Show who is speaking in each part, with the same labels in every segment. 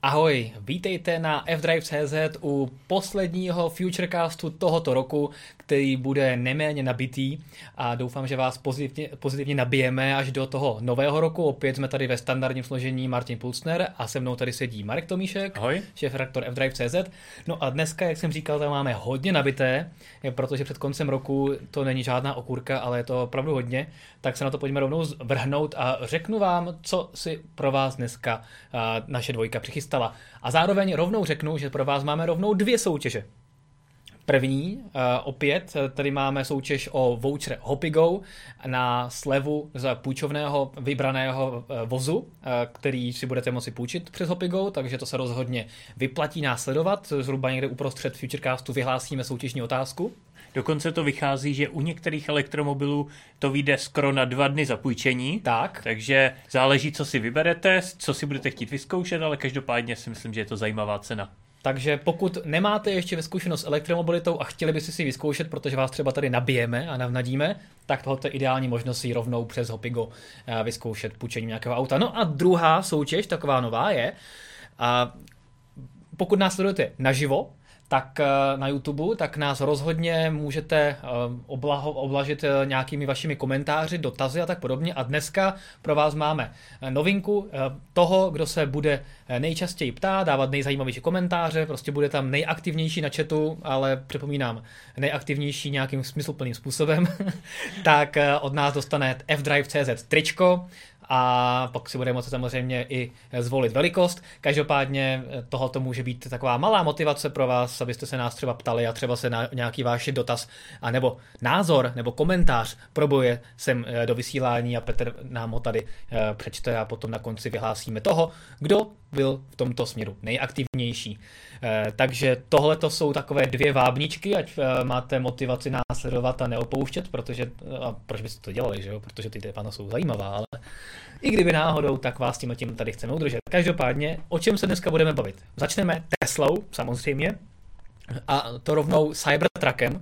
Speaker 1: Ahoj, vítejte na fdrive.cz u posledního Futurecastu tohoto roku, který bude neméně nabitý a doufám, že vás pozitivně nabijeme až do toho nového roku. Opět jsme tady ve standardním složení Martin Pulsner a se mnou tady sedí Marek Tomíšek, šéfredaktor fdrive.cz. No a dneska, jak jsem říkal, tam máme hodně nabité, protože před koncem roku to není žádná okurka, ale je to opravdu hodně, tak se na to pojďme rovnou vrhnout a řeknu vám, co si pro vás dneska naše dvojka přichystala. A zároveň rovnou řeknu, že pro vás máme rovnou dvě soutěže. První, opět, tady máme soutěž o voucher Hopigo na slevu z půjčovného vybraného vozu, který si budete moci půjčit přes Hopigo, takže to se rozhodně vyplatí následovat. Zhruba někde uprostřed Futurecastu vyhlásíme soutěžní otázku.
Speaker 2: Dokonce to vychází, že u některých elektromobilů to vyjde skoro na 2 dny za půjčení. Takže záleží, co si vyberete, co si budete chtít vyzkoušet, ale každopádně si myslím, že je to zajímavá cena.
Speaker 1: Takže pokud nemáte ještě vyzkoušenost s elektromobilitou a chtěli byste si vyzkoušet, protože vás třeba tady nabijeme a navnadíme, tak tohle je ideální možnost si rovnou přes Hopigo vyzkoušet půjčení nějakého auta. No a druhá soutěž, taková nová je, pokud nás sledujete naživo, tak na YouTube, tak nás rozhodně můžete oblažit nějakými vašimi komentáři, dotazy a tak podobně. A dneska pro vás máme novinku toho, kdo se bude nejčastěji ptát, dávat nejzajímavější komentáře, prostě bude tam nejaktivnější na chatu, ale připomínám, nejaktivnější nějakým smysluplným způsobem, tak od nás dostane fdrive.cz tričko, a pak si bude moci samozřejmě i zvolit velikost. Každopádně tohoto může být taková malá motivace pro vás, abyste se nás třeba ptali a třeba se na nějaký váš dotaz a nebo názor nebo komentář probuje sem do vysílání a Petr nám ho tady přečte a potom na konci vyhlásíme toho, kdo byl v tomto směru nejaktivnější. Takže tohleto jsou takové dvě vábničky, ať máte motivaci následovat a neopouštět, protože, a proč byste to dělali, že jo? Protože ty témata jsou zajímavá, ale i kdyby náhodou, tak vás tím tady chceme udržet. Každopádně, o čem se dneska budeme bavit? Začneme Teslou, samozřejmě, a to rovnou Cybertruckem,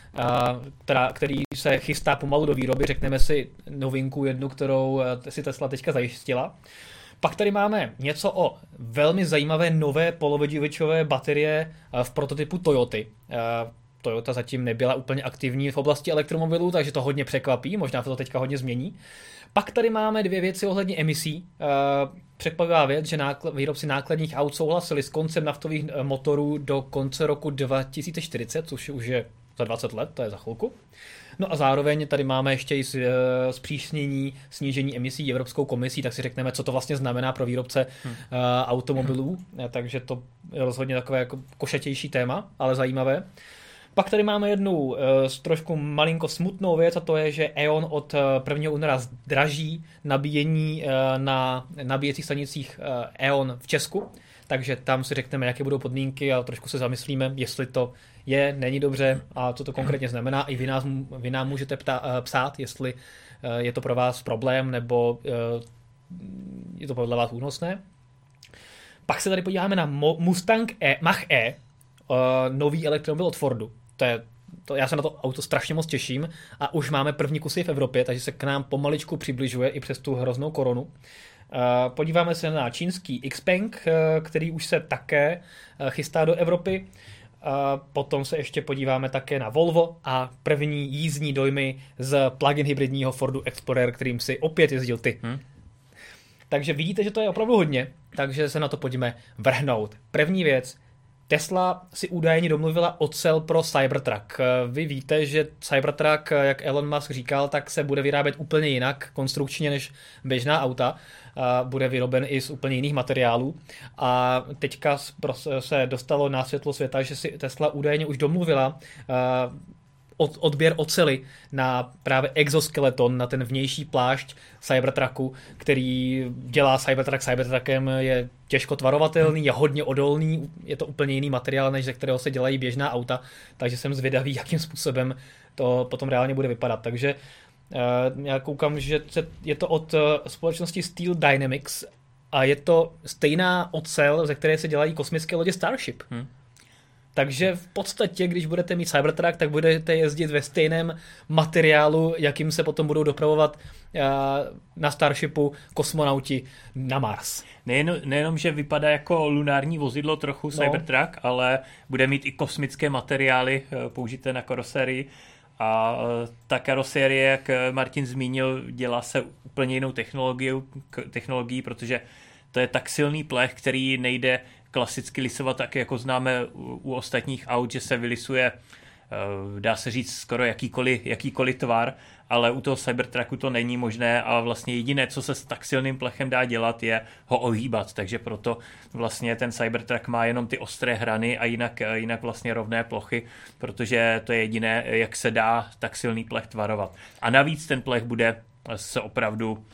Speaker 1: který se chystá pomalu do výroby. Řekneme si novinku jednu, kterou si Tesla teďka zajistila. Pak tady máme něco o velmi zajímavé nové polovodičové baterie v prototypu Toyoty. Toyota zatím nebyla úplně aktivní v oblasti elektromobilů, takže to hodně překvapí, možná to teďka hodně změní. Pak tady máme dvě věci ohledně emisí. Překvapivá věc, že výrobci nákladních aut souhlasili s koncem naftových motorů do konce roku 2040, což už je za 20 let, to je za chvilku. No a zároveň tady máme ještě i zpřísnění, snížení emisí Evropskou komisí, tak si řekneme, co to vlastně znamená pro výrobce automobilů, takže to je rozhodně takové jako košatější téma, ale zajímavé. Pak tady máme jednu trošku malinko smutnou věc a to je, že E.ON od 1. února zdraží nabíjení na nabíjecích stanicích E.ON v Česku, takže tam si řekneme, jaké budou podmínky a trošku se zamyslíme, jestli to není dobře a co to konkrétně znamená. I vy nám můžete psát, jestli je to pro vás problém nebo je to podle vás únosné. Pak se tady podíváme na Mustang Mach-E, nový elektromobil od Fordu. Já se na to auto strašně moc těším a už máme první kusy v Evropě, takže se k nám pomaličku přibližuje i přes tu hroznou koronu. Podíváme se na čínský Xpeng, který už se také chystá do Evropy. Potom se ještě podíváme také na Volvo a první jízdní dojmy z plug-in hybridního Fordu Explorer, kterým si opět jezdil ty. Takže vidíte, že to je opravdu hodně, takže se na to pojďme vrhnout. První věc, Tesla si údajně domluvila ocel pro Cybertruck. Vy víte, že Cybertruck, jak Elon Musk říkal, tak se bude vyrábět úplně jinak konstrukčně než běžná auta. Bude vyroben i z úplně jiných materiálů. A teďka se dostalo na světlo světa, že si Tesla údajně už domluvila odběr oceli na právě exoskeleton, na ten vnější plášť Cybertrucku, který dělá Cybertruck Cybertruckem, je těžko tvarovatelný, je hodně odolný, je to úplně jiný materiál, než ze kterého se dělají běžná auta, takže jsem zvědavý, jakým způsobem to potom reálně bude vypadat. Takže já koukám, že je to od společnosti Steel Dynamics a je to stejná ocel, ze které se dělají kosmické lodě Starship. Takže v podstatě, když budete mít Cybertruck, tak budete jezdit ve stejném materiálu, jakým se potom budou dopravovat na Starshipu kosmonauti na Mars.
Speaker 2: Nejenom, že vypadá jako lunární vozidlo trochu Cybertruck, ale bude mít i kosmické materiály použité na karosérii. A ta karosérie, jak Martin zmínil, dělá se úplně jinou technologií, protože to je tak silný plech, který nejde klasicky lisovat tak, jako známe u ostatních aut, že se vylisuje, dá se říct, skoro jakýkoliv tvar, ale u toho Cybertrucku to není možné a vlastně jediné, co se s tak silným plechem dá dělat, je ho ohýbat, takže proto vlastně ten Cybertruck má jenom ty ostré hrany a jinak vlastně rovné plochy, protože to je jediné, jak se dá tak silný plech tvarovat. A navíc ten plech bude z opravdu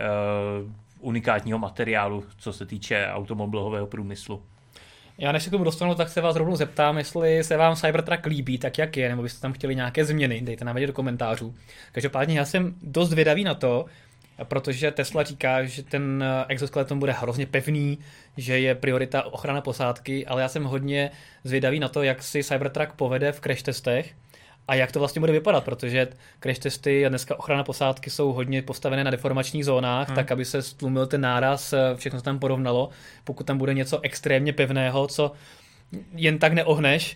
Speaker 2: unikátního materiálu, co se týče automobilového průmyslu.
Speaker 1: Já než se k tomu dostanu, tak se vás rovnou zeptám, jestli se vám Cybertruck líbí, tak jak je, nebo byste tam chtěli nějaké změny, dejte nám vědět do komentářů. Každopádně já jsem dost zvědavý na to, protože Tesla říká, že ten exoskeleton bude hrozně pevný, že je priorita ochrana posádky, ale já jsem hodně zvědavý na to, jak si Cybertruck povede v crash testech a jak to vlastně bude vypadat, protože crash testy a dneska ochrana posádky jsou hodně postavené na deformačních zónách, tak aby se stlumil ten náraz, všechno se tam porovnalo. Pokud tam bude něco extrémně pevného, co jen tak neohneš.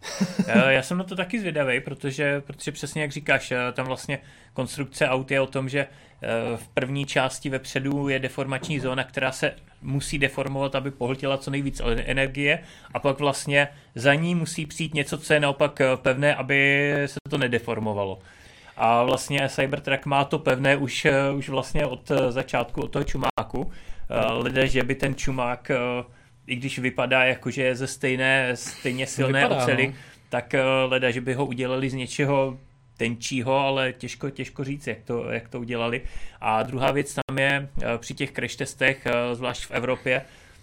Speaker 2: Já jsem na to taky zvědavý, protože přesně jak říkáš, tam vlastně konstrukce aut je o tom, že v první části vepředu je deformační zóna, která se musí deformovat, aby pohltila co nejvíc energie, a pak vlastně za ní musí přijít něco, co je naopak pevné, aby se to nedeformovalo. A vlastně Cybertruck má to pevné už vlastně od začátku, od toho čumáku. Lidé, že by ten čumák, i když vypadá jako, že je ze stejně silné oceli, tak leda, že by ho udělali z něčeho tenčího, ale těžko říct, jak to udělali. A druhá věc tam je, při těch crash testech, zvlášť v Evropě,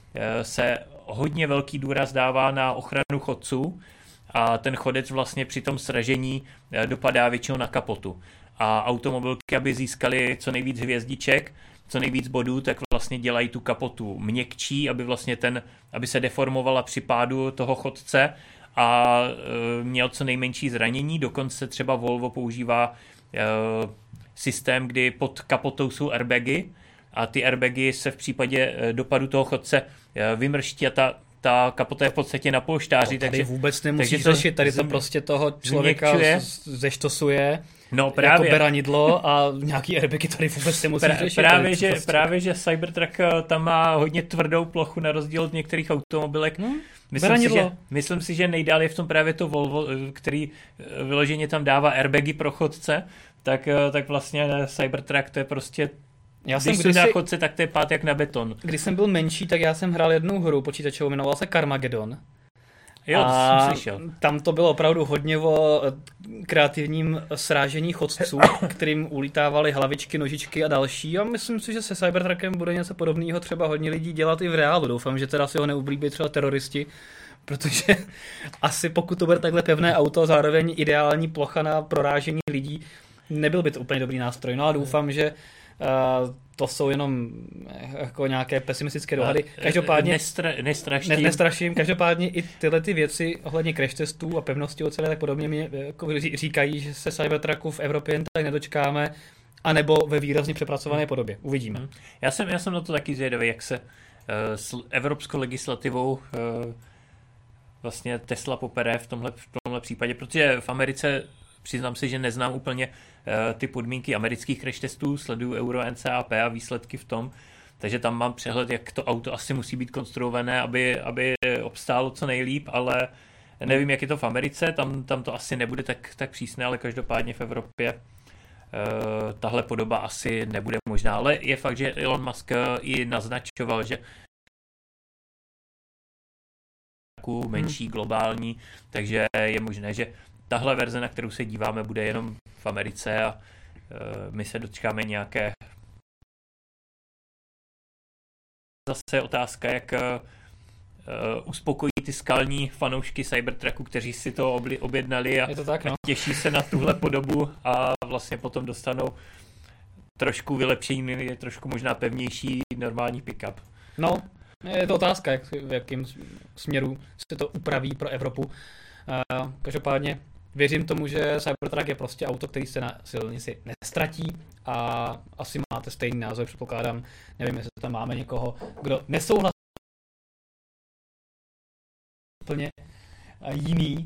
Speaker 2: se hodně velký důraz dává na ochranu chodců a ten chodec vlastně při tom sražení dopadá většinou na kapotu. A automobilky, aby získali co nejvíc hvězdiček, co nejvíc bodů, tak vlastně dělají tu kapotu měkčí, aby se deformovala při pádu toho chodce a měl co nejmenší zranění. Dokonce třeba Volvo používá systém, kdy pod kapotou jsou airbagy a ty airbagy se v případě dopadu toho chodce vymrští a ta kapota je v podstatě na polštáři.
Speaker 1: Tady vůbec nemusíš řešit, tady to prostě toho člověka zeštosuje.
Speaker 2: No právě.
Speaker 1: Jako beranidlo a nějaký airbagy tady vůbec nemusí řešit.
Speaker 2: Právě, že Cybertruck tam má hodně tvrdou plochu na rozdíl od některých automobilek. Myslím si, že nejdál je v tom právě to Volvo, který vyloženě tam dává airbagy pro chodce, tak vlastně Cybertruck to je prostě, když se dá chodce, tak to je pád jak na beton.
Speaker 1: Když jsem byl menší, tak já jsem hrál jednu hru počítačovou, jmenovala se Carmageddon.
Speaker 2: Jo, to jsem slyšel.
Speaker 1: Tam to bylo opravdu hodně o kreativním srážení chodců, kterým ulítávaly hlavičky, nožičky a další. A myslím si, že se Cybertruckem bude něco podobného třeba hodně lidí dělat i v reálu. Doufám, že teda si ho neublíbí třeba teroristi, protože asi pokud to bude takhle pevné auto, zároveň ideální plocha na prorážení lidí, nebyl by to úplně dobrý nástroj. No a doufám, že to jsou jenom jako nějaké pesimistické dohady. Každopádně nestraším. Každopádně i tyhle ty věci ohledně crash testů a pevnosti ocele tak podobně mi jako říkají, že se Cybertrucku v Evropě jen tak nedočkáme, anebo ve výrazně přepracované podobě. Uvidíme.
Speaker 2: Já jsem na to taky zvědavý, jak se s evropskou legislativou vlastně Tesla popere v tomhle případě, protože v Americe přiznám se, že neznám úplně ty podmínky amerických crash testů, sleduju Euro NCAP a výsledky v tom, takže tam mám přehled, jak to auto asi musí být konstruované, aby obstálo co nejlíp, ale nevím, jak je to v Americe, tam to asi nebude tak přísné, ale každopádně v Evropě tahle podoba asi nebude možná, ale je fakt, že Elon Musk i naznačoval, že menší, globální, takže je možné, že tahle verze, na kterou se díváme, bude jenom v Americe a my se dočkáme nějaké. Zase otázka, jak uspokojí ty skalní fanoušky Cybertrucku, kteří si to objednali a těší se na tuhle podobu a vlastně potom dostanou trošku vylepšení, trošku možná pevnější normální pick-up.
Speaker 1: No, Je to otázka, v jakém směru se to upraví pro Evropu. Každopádně věřím tomu, že Cybertruck je prostě auto, který se na silnici nestratí a asi máte stejný názor, předpokládám. Nevím, jestli tam máme někoho, kdo nesouhlasí úplně jiný.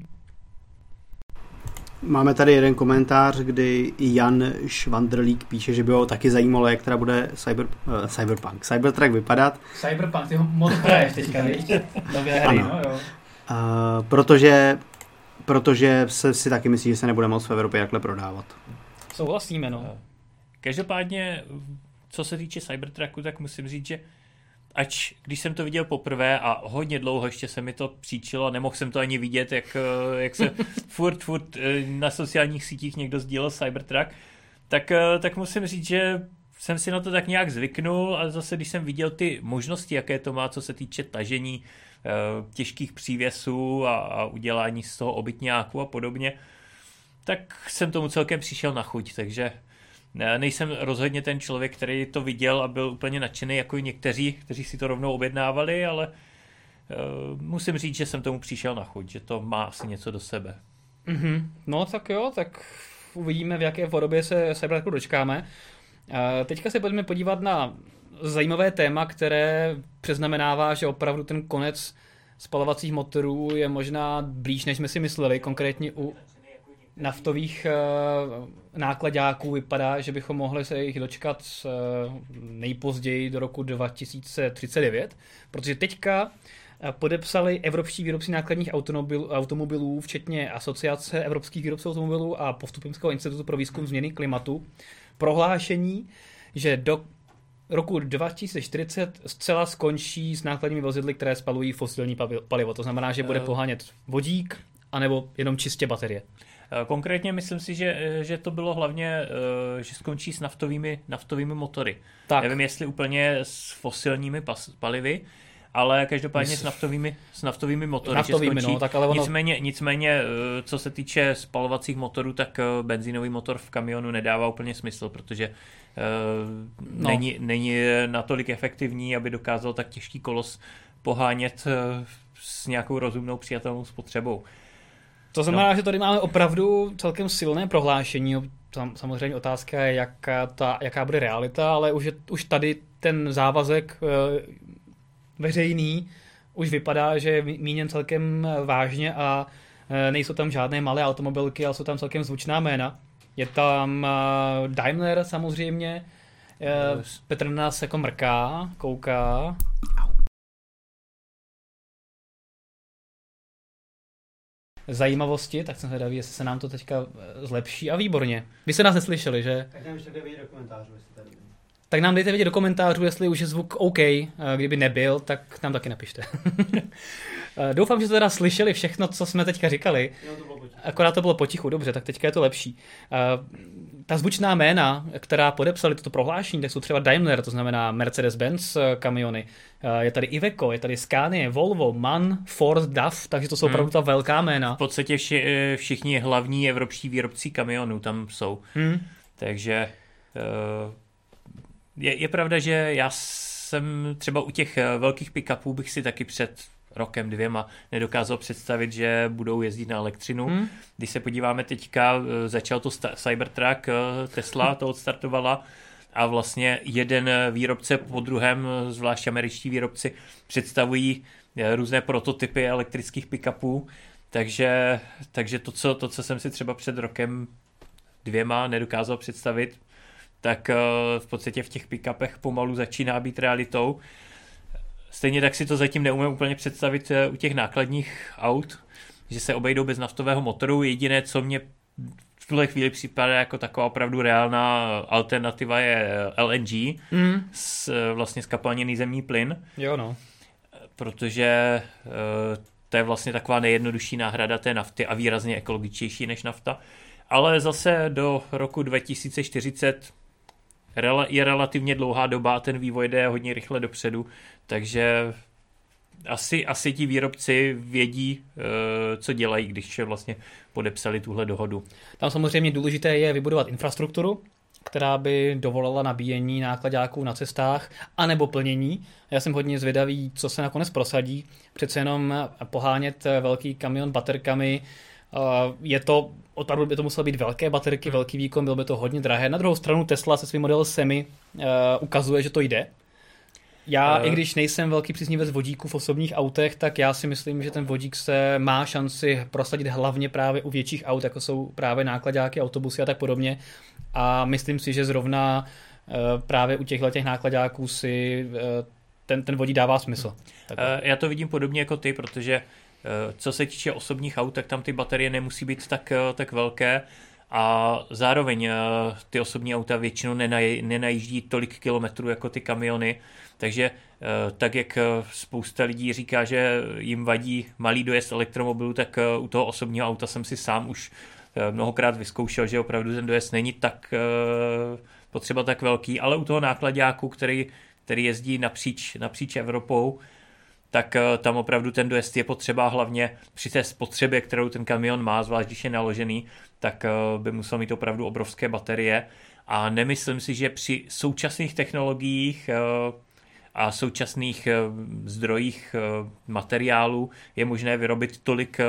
Speaker 3: Máme tady jeden komentář, kdy Jan Švandrlík píše, že by ho taky zajímalo, jak teda bude Cybertruck vypadat.
Speaker 1: Cyberpunk, ty ho moc hraješ teďka, víš? Nové hry, no jo.
Speaker 3: Protože se si taky myslí, že se nebude moc v Evropě takhle prodávat.
Speaker 1: Souhlasíme, no.
Speaker 2: Každopádně, co se týče Cybertrucku, tak musím říct, že ač když jsem to viděl poprvé a hodně dlouho ještě se mi to příčilo, nemohl jsem to ani vidět, jak se furt na sociálních sítích někdo sdílel Cybertruck, tak musím říct, že jsem si na to tak nějak zvyknul a zase když jsem viděl ty možnosti, jaké to má, co se týče tažení těžkých přívěsů a udělání z toho obytňáku a podobně, tak jsem tomu celkem přišel na chuť, takže nejsem rozhodně ten člověk, který to viděl a byl úplně nadšený jako i někteří, kteří si to rovnou objednávali, ale musím říct, že jsem tomu přišel na chuť, že to má asi něco do sebe.
Speaker 1: Mm-hmm. No tak jo, tak uvidíme, v jaké podobě se Cybertrucku dočkáme. Teďka se pojďme podívat na zajímavé téma, které přeznamenává, že opravdu ten konec spalovacích motorů je možná blíž, než jsme si mysleli, konkrétně u naftových nákladáků vypadá, že bychom mohli se jich dočkat nejpozději do roku 2039, protože teďka podepsali evropští výrobci nákladních automobilů, včetně Asociace evropských výrobců automobilů a Postupimského institutu pro výzkum změny klimatu, prohlášení, že do roku 2040 zcela skončí s nákladními vozidly, které spalují fosilní palivo. To znamená, že bude pohánět vodík, anebo jenom čistě baterie.
Speaker 2: Konkrétně myslím si, že to bylo hlavně, že skončí s naftovými motory.
Speaker 1: Tak.
Speaker 2: Nevím, jestli úplně s fosilními palivy, ale každopádně s naftovými motory, že skončí.
Speaker 1: No, tak ale ono...
Speaker 2: nicméně, co se týče spalovacích motorů, tak benzínový motor v kamionu nedává úplně smysl, protože není natolik efektivní, aby dokázal tak těžký kolos pohánět s nějakou rozumnou přijatelnou spotřebou.
Speaker 1: To znamená, že tady máme opravdu celkem silné prohlášení. Tam samozřejmě otázka je, jaká bude realita, ale už tady ten závazek veřejný už vypadá, že je míněn celkem vážně a nejsou tam žádné malé automobilky, ale jsou tam celkem zvučná jména. Je tam Daimler samozřejmě, Petr na nás jako mrká, kouká. Zajímavosti, tak jsem hledavý, jestli se nám to teďka zlepší a výborně. Vy jste nás neslyšeli, že?
Speaker 3: Tak nám ještě vědět do komentářů, jestli tady byl.
Speaker 1: Tak nám dejte vědět do komentářů, jestli už je zvuk OK. Kdyby nebyl, tak nám taky napište. Doufám, že to teda slyšeli všechno, co jsme teďka říkali. Akorát to bylo potichu, dobře, tak teďka je to lepší. Ta zvučná jména, která podepsali toto prohlášení, tak jsou třeba Daimler, to znamená Mercedes-Benz kamiony. Je tady Iveco, je tady Scania, Volvo, MAN, Ford, DAF, takže to jsou opravdu ta velká jména.
Speaker 2: V podstatě všichni hlavní evropští výrobci kamionů tam jsou. Takže je pravda, že já jsem třeba u těch velkých pick-upů bych si taky před rokem, 2 nedokázal představit, že budou jezdit na elektřinu. Když se podíváme teďka, začal to Cybertruck, Tesla to odstartovala a vlastně jeden výrobce po druhém, zvlášť američtí výrobci, představují různé prototypy elektrických pick-upů, takže to, co jsem si třeba před rokem, 2 nedokázal představit, tak v podstatě v těch pick-upech pomalu začíná být realitou. Stejně tak si to zatím neumím úplně představit u těch nákladních aut, že se obejdou bez naftového motoru. Jediné, co mě v tuhle chvíli připadá jako taková opravdu reálná alternativa, je LNG, vlastně skapalněný zemní plyn.
Speaker 1: Jo, no.
Speaker 2: Protože to je vlastně taková nejjednodušší náhrada té nafty a výrazně ekologičtější než nafta. Ale zase do roku 2040 je relativně dlouhá doba a ten vývoj jde hodně rychle dopředu, takže asi ti výrobci vědí, co dělají, když vlastně podepsali tuhle dohodu.
Speaker 1: Tam samozřejmě důležité je vybudovat infrastrukturu, která by dovolila nabíjení nákladáků na cestách anebo plnění. Já jsem hodně zvědavý, co se nakonec prosadí. Přece jenom pohánět velký kamion baterkami, opravdu by to muselo být velké baterky, velký výkon, bylo by to hodně drahé. Na druhou stranu Tesla se svým modelem Semi ukazuje, že to jde. Já, i když nejsem velký příznivec vodíků v osobních autech, tak já si myslím, že ten vodík se má šanci prosadit hlavně právě u větších aut, jako jsou právě nákladáky, autobusy a tak podobně. A myslím si, že zrovna právě u těchto nákladáků si ten vodík dává smysl.
Speaker 2: Já to vidím podobně jako ty, protože co se týče osobních aut, tak tam ty baterie nemusí být tak velké a zároveň ty osobní auta většinou nenajíždí tolik kilometrů jako ty kamiony, takže tak jak spousta lidí říká, že jim vadí malý dojezd elektromobilu, tak u toho osobního auta jsem si sám už mnohokrát vyzkoušel, že opravdu ten dojezd není tak potřeba tak velký, ale u toho nákladáku, který jezdí napříč Evropou, tak tam opravdu ten dojezd je potřeba, hlavně při té spotřebě, kterou ten kamion má, zvlášť když je naložený, tak by musel mít opravdu obrovské baterie a nemyslím si, že při současných technologiích a současných zdrojích materiálu je možné vyrobit tolik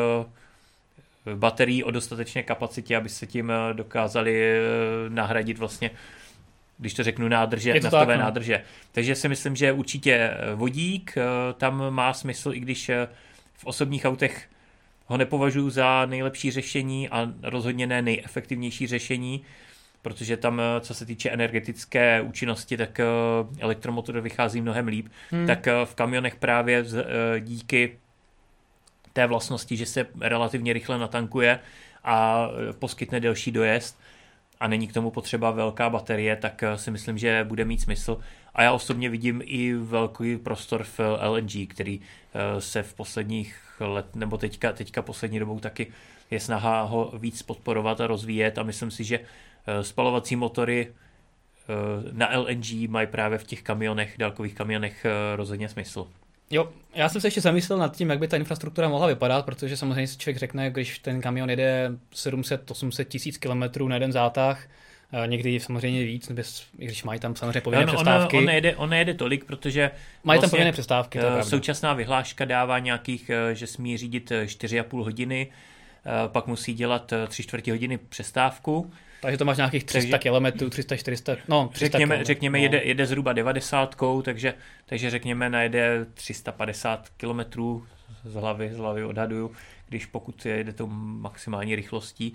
Speaker 2: baterií o dostatečné kapacitě, aby se tím dokázali nahradit vlastně, když to řeknu, naftové nádrže. Takže si myslím, že určitě vodík tam má smysl, i když v osobních autech ho nepovažuji za nejlepší řešení a rozhodně ne nejefektivnější řešení, protože tam, co se týče energetické účinnosti, tak elektromotor vychází mnohem líp. Tak v kamionech právě díky té vlastnosti, že se relativně rychle natankuje a poskytne delší dojezd a není k tomu potřeba velká baterie, tak si myslím, že bude mít smysl. A já osobně vidím i velký prostor v LNG, který se v posledních let, nebo teďka poslední dobou taky je snaha ho víc podporovat a rozvíjet a myslím si, že spalovací motory na LNG mají právě v těch kamionech, dálkových kamionech rozhodně smysl.
Speaker 1: Jo, já jsem se ještě zamyslel nad tím, jak by ta infrastruktura mohla vypadat, protože samozřejmě si člověk řekne, když ten kamion jede 700-800 tisíc kilometrů na jeden zátah, někdy samozřejmě víc, i když mají tam samozřejmě povinné přestávky.
Speaker 2: On nejede tolik, protože
Speaker 1: mají tam povinné přestávky.
Speaker 2: Současná vyhláška dává nějakých, že smí řídit 4,5 hodiny, pak musí dělat 3/4 hodiny přestávku.
Speaker 1: Takže to máš nějakých 300 kilometrů, 300-400, no 300
Speaker 2: řekněme jede zhruba 90, takže řekněme najede 350 kilometrů z hlavy odhaduju, pokud jede tou maximální rychlostí.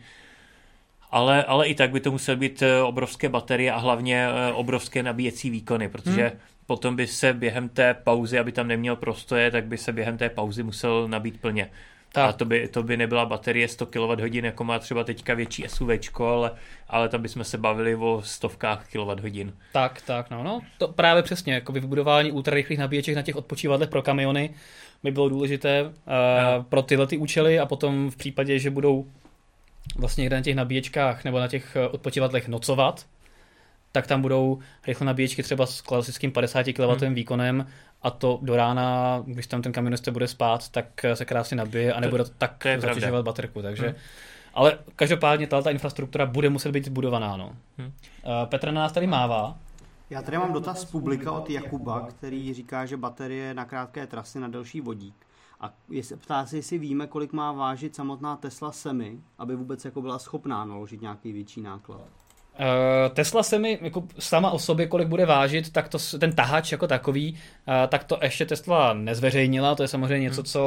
Speaker 2: Ale i tak by to musel být obrovské baterie a hlavně obrovské nabíjecí výkony, protože potom by se během té pauzy, aby tam neměl prostoje, tak by se během té pauzy musel nabít plně. Tak. A to by nebyla baterie 100 kWh, jako má třeba teďka větší SUVčko, ale tam bychom se bavili o stovkách kWh.
Speaker 1: Tak, no, to právě přesně, jako vybudování ultrarychlých nabíječek na těch odpočívadlech pro kamiony by bylo důležité pro tyhle ty účely a potom v případě, že budou vlastně někde na těch nabíječkách nebo na těch odpočívadlech nocovat, tak tam budou rychlé nabíječky třeba s klasickým 50 kW výkonem a to do rána, když tam ten kamionista bude spát, tak se krásně nabije a nebude tak zatěžovat baterku. Takže, ale každopádně ta infrastruktura bude muset být zbudovaná. No. Petr na nás tady mává.
Speaker 3: Já tady mám dotaz z publika od Jakuba, který říká, že baterie na krátké trasy na delší vodík. A ptá se, jestli víme, kolik má vážit samotná Tesla Semi, aby vůbec jako byla schopná naložit nějaký větší náklad.
Speaker 1: Tesla Semi jako sama o sobě, kolik bude vážit, tak ten tahač jako takový, tak to ještě Tesla nezveřejnila. To je samozřejmě něco, co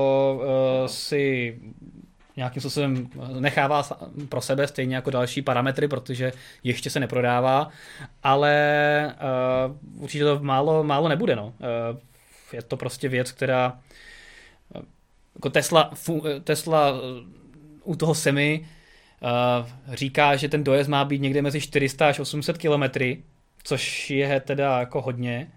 Speaker 1: si nějakým způsobem nechává pro sebe, stejně jako další parametry, protože ještě se neprodává, ale určitě to málo nebude. No. Je to prostě věc, která jako Tesla u toho Semi říká, že ten dojezd má být někde mezi 400 až 800 kilometry, což je teda jako hodně.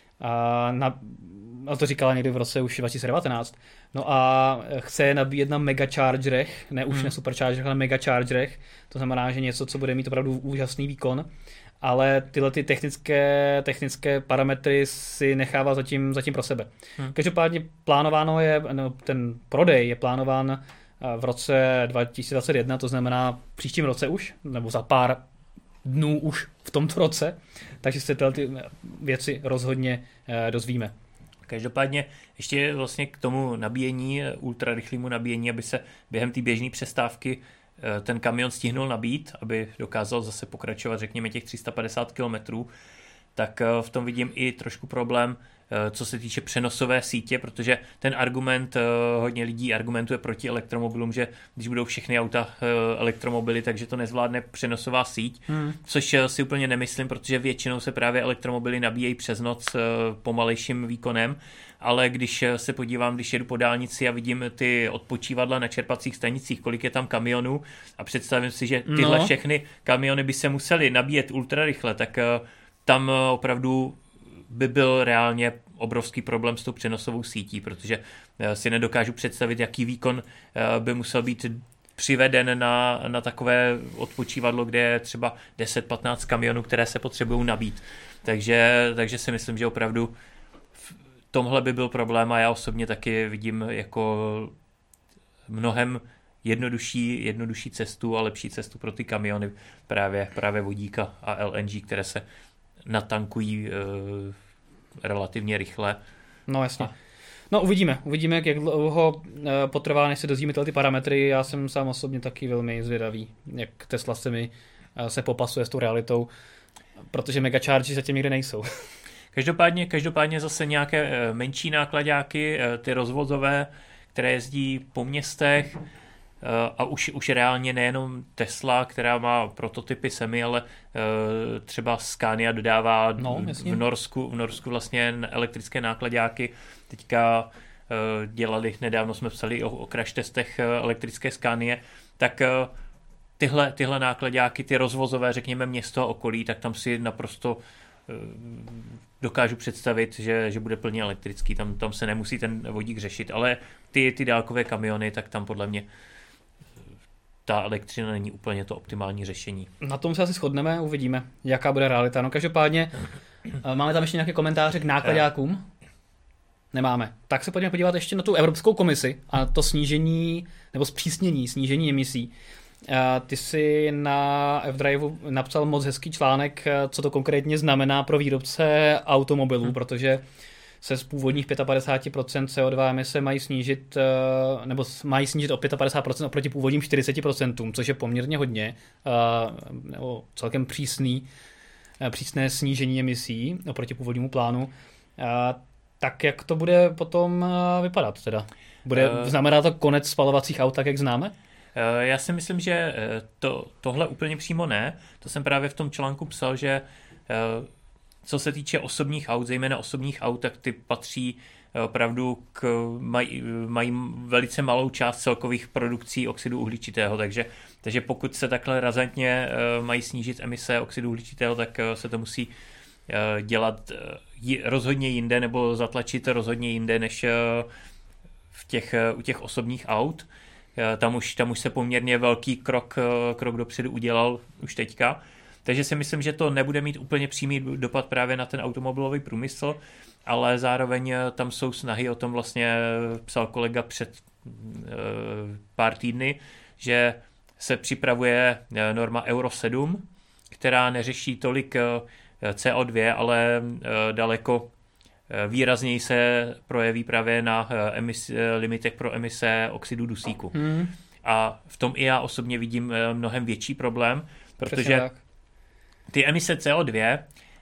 Speaker 1: To říkala někdy v roce už 2019. No a chce nabíjet na megachargerech, ne už na superchargerech, ale megachargerech. To znamená, že něco, co bude mít opravdu úžasný výkon. Ale tyhle ty technické parametry si nechává zatím pro sebe. Každopádně plánováno je, ten prodej je plánován v roce 2021, to znamená příštím roce už, nebo za pár dnů už v tomto roce, takže se ty věci rozhodně dozvíme.
Speaker 2: Každopádně ještě vlastně k tomu nabíjení, ultrarychlému nabíjení, aby se během té běžné přestávky ten kamion stihnul nabít, aby dokázal zase pokračovat, řekněme, těch 350 km, tak v tom vidím i trošku problém, co se týče přenosové sítě, protože ten argument, hodně lidí argumentuje proti elektromobilům, že když budou všechny auta elektromobily, takže to nezvládne přenosová síť, což si úplně nemyslím, protože většinou se právě elektromobily nabíjejí přes noc pomalejším výkonem, ale když se podívám, když jedu po dálnici a vidím ty odpočívadla na čerpacích stanicích, kolik je tam kamionů a představím si, že tyhle všechny kamiony by se musely nabíjet ultrarychle, tak tam opravdu by byl reálně obrovský problém s tou přenosovou sítí, protože si nedokážu představit, jaký výkon by musel být přiveden na takové odpočívadlo, kde je třeba 10-15 kamionů, které se potřebují nabít. Takže si myslím, že opravdu v tomhle by byl problém a já osobně taky vidím jako mnohem jednodušší cestu a lepší cestu pro ty kamiony právě vodíka a LNG, které se natankují relativně rychle.
Speaker 1: No jasně. No uvidíme, jak dlouho potrvá, než se dozvíme ty parametry. Já jsem sám osobně taky velmi zvědavý, jak Tesla se popasuje s tou realitou, protože megachargy zatím nikde nejsou.
Speaker 2: Každopádně zase nějaké menší nákladáky, ty rozvozové, které jezdí po městech, a už reálně nejenom Tesla, která má prototypy semi, ale třeba Scania dodává v Norsku vlastně elektrické nákladáky. Teďka nedávno jsme psali o crash testech elektrické Scanie, tak tyhle nákladáky, ty rozvozové, řekněme město a okolí, tak tam si naprosto dokážu představit, že bude plně elektrický, tam se nemusí ten vodík řešit, ale ty dálkové kamiony, tak tam podle mě ta elektřina není úplně to optimální řešení.
Speaker 1: Na tom se asi shodneme, uvidíme, jaká bude realita. No každopádně, máme tam ještě nějaké komentáře k nákladákům? Nemáme. Tak se pojďme podívat ještě na tu Evropskou komisi a to snížení, nebo snížení emisí. Ty jsi na F-Driveu napsal moc hezký článek, co to konkrétně znamená pro výrobce automobilů, protože se z původních 55% CO2 emise mají snížit o 55% oproti původním 40%, což je poměrně hodně, nebo celkem přísné snížení emisí oproti původnímu plánu. Tak jak to bude potom vypadat teda? Znamená to konec spalovacích aut, tak jak známe?
Speaker 2: Já si myslím, že tohle úplně přímo ne. To jsem právě v tom článku psal, že co se týče osobních aut, zejména osobních aut, tak ty patří opravdu mají velice malou část celkových produkcí oxidu uhličitého, takže pokud se takhle razantně mají snížit emise oxidu uhličitého, tak se to musí dělat rozhodně jinde nebo zatlačit rozhodně jinde než u těch osobních aut. Tam už se poměrně velký krok dopředu udělal už teďka. Takže si myslím, že to nebude mít úplně přímý dopad právě na ten automobilový průmysl, ale zároveň tam jsou snahy, o tom vlastně psal kolega před pár týdny, že se připravuje norma Euro 7, která neřeší tolik CO2, ale daleko výrazněji se projeví právě na limitech pro emise oxidu dusíku. A v tom i já osobně vidím mnohem větší problém, protože ty emise CO2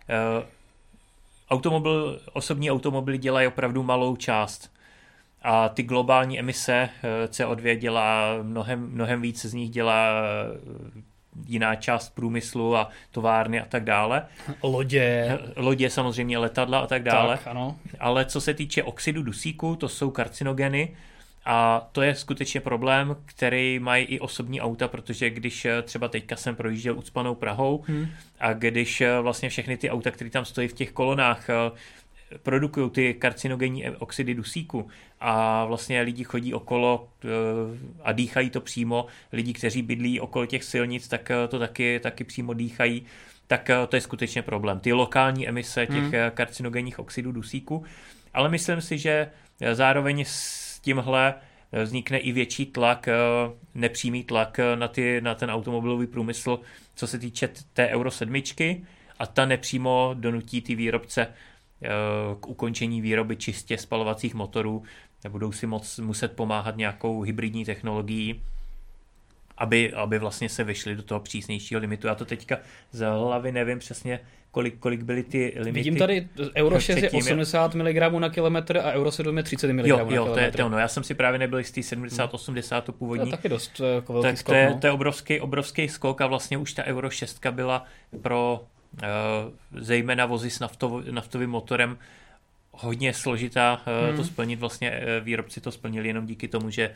Speaker 2: osobní automobily dělají opravdu malou část a ty globální emise CO2 dělá mnohem víc, z nich dělá jiná část průmyslu a továrny a tak dále. Lodě samozřejmě, letadla a tak dále.
Speaker 1: Tak, ano.
Speaker 2: Ale co se týče oxidu dusíku, to jsou karcinogeny a to je skutečně problém, který mají i osobní auta, protože když třeba teďka jsem projížděl ucpanou Prahou a když vlastně všechny ty auta, které tam stojí v těch kolonách, produkují ty karcinogenní oxidy dusíku a vlastně lidi chodí okolo a dýchají to přímo, lidi, kteří bydlí okolo těch silnic, tak to taky přímo dýchají, tak to je skutečně problém. Ty lokální emise těch karcinogenních oxidů dusíku, ale myslím si, že zároveň s tímhle vznikne i větší tlak, nepřímý tlak na ten automobilový průmysl, co se týče té Euro 7, a ta nepřímo donutí ty výrobce k ukončení výroby čistě spalovacích motorů, nebudou si muset pomáhat nějakou hybridní technologií, aby vlastně se vyšli do toho přísnějšího limitu. Já to teďka z hlavy nevím přesně, kolik byly ty limity.
Speaker 1: Vidím tady, Euro 6 je 80 mg na kilometr a Euro 7 je 30 mg na kilometr.
Speaker 2: Jo, to je ono. Já jsem si právě nebyl jistý 70-80 to původní.
Speaker 1: To je taky dost velký skok.
Speaker 2: To je obrovský skok a vlastně už ta Euro 6 byla pro zejména vozy s naftovým motorem hodně složitá to splnit. Vlastně výrobci to splnili jenom díky tomu, že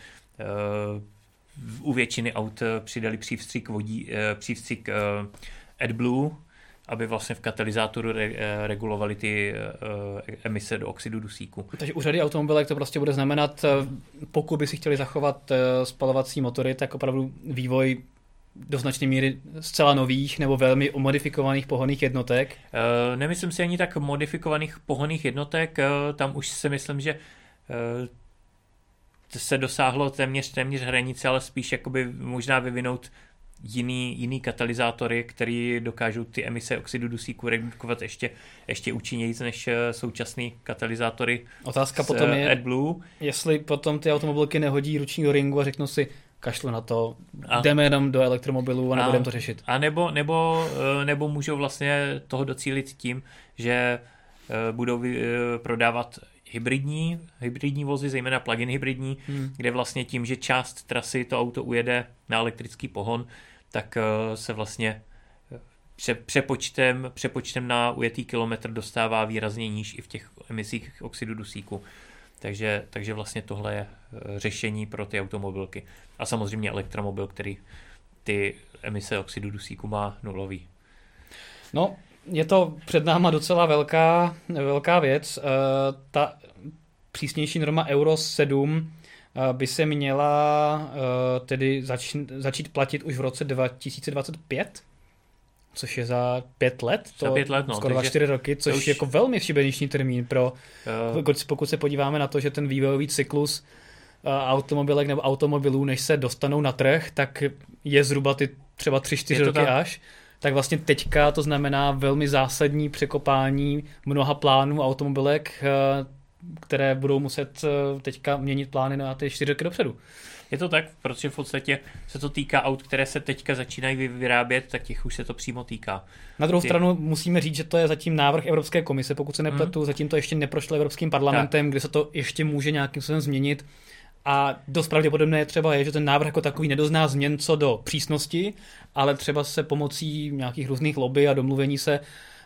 Speaker 2: u většiny aut přidali přívstřik AdBlue, aby vlastně v katalyzátoru regulovali ty emise do oxidu dusíku.
Speaker 1: Takže u řady automobilek to prostě bude znamenat, pokud by si chtěli zachovat spalovací motory, tak opravdu vývoj do značné míry zcela nových nebo velmi modifikovaných pohonných jednotek.
Speaker 2: Nemyslím si ani tak modifikovaných pohonných jednotek, tam už si myslím, že se dosáhlo téměř hranice, ale spíš jakoby možná vyvinout jiný katalyzátory, který dokážou ty emise oxidu dusíku redukovat ještě účinněji než současný katalyzátory.
Speaker 1: Otázka potom je,
Speaker 2: AdBlue.
Speaker 1: Jestli potom ty automobilky nehodí ruční do ringu a řeknou si, kašlu na to, jdeme jenom do elektromobilů a nebudeme to řešit.
Speaker 2: A nebo můžou vlastně toho docílit tím, že budou prodávat hybridní vozy, zejména plug-in hybridní, kde vlastně tím, že část trasy to auto ujede na elektrický pohon, tak se vlastně přepočtem na ujetý kilometr dostává výrazně níž i v těch emisích oxidu dusíku. Takže vlastně tohle je řešení pro ty automobilky. A samozřejmě elektromobil, který ty emise oxidu dusíku má nulový.
Speaker 1: No, je to před náma docela velká věc. Ta přísnější norma Euro 7 by se měla tedy začít platit už v roce 2025, což je za 5 let.
Speaker 2: Za 5 let, no.
Speaker 1: Skoro 4 roky, což je jako velmi šibeniční termín pro, pokud se podíváme na to, že ten vývojový cyklus automobilek nebo automobilů, než se dostanou na trh, tak je zhruba ty třeba 3-4 roky až. Tak vlastně teďka to znamená velmi zásadní překopání mnoha plánů automobilek, které budou muset teďka měnit plány na ty 4 roky dopředu.
Speaker 2: Je to tak, protože v podstatě se to týká aut, které se teďka začínají vyrábět, tak těch už se to přímo týká.
Speaker 1: Na druhou stranu musíme říct, že to je zatím návrh Evropské komise, pokud se nepletu, zatím to ještě neprošlo Evropským parlamentem, kde se to ještě může nějakým způsobem změnit. A dost pravděpodobné třeba je, že ten návrh jako takový nedozná změn co do přísnosti, ale třeba se pomocí nějakých různých lobby a domluvení se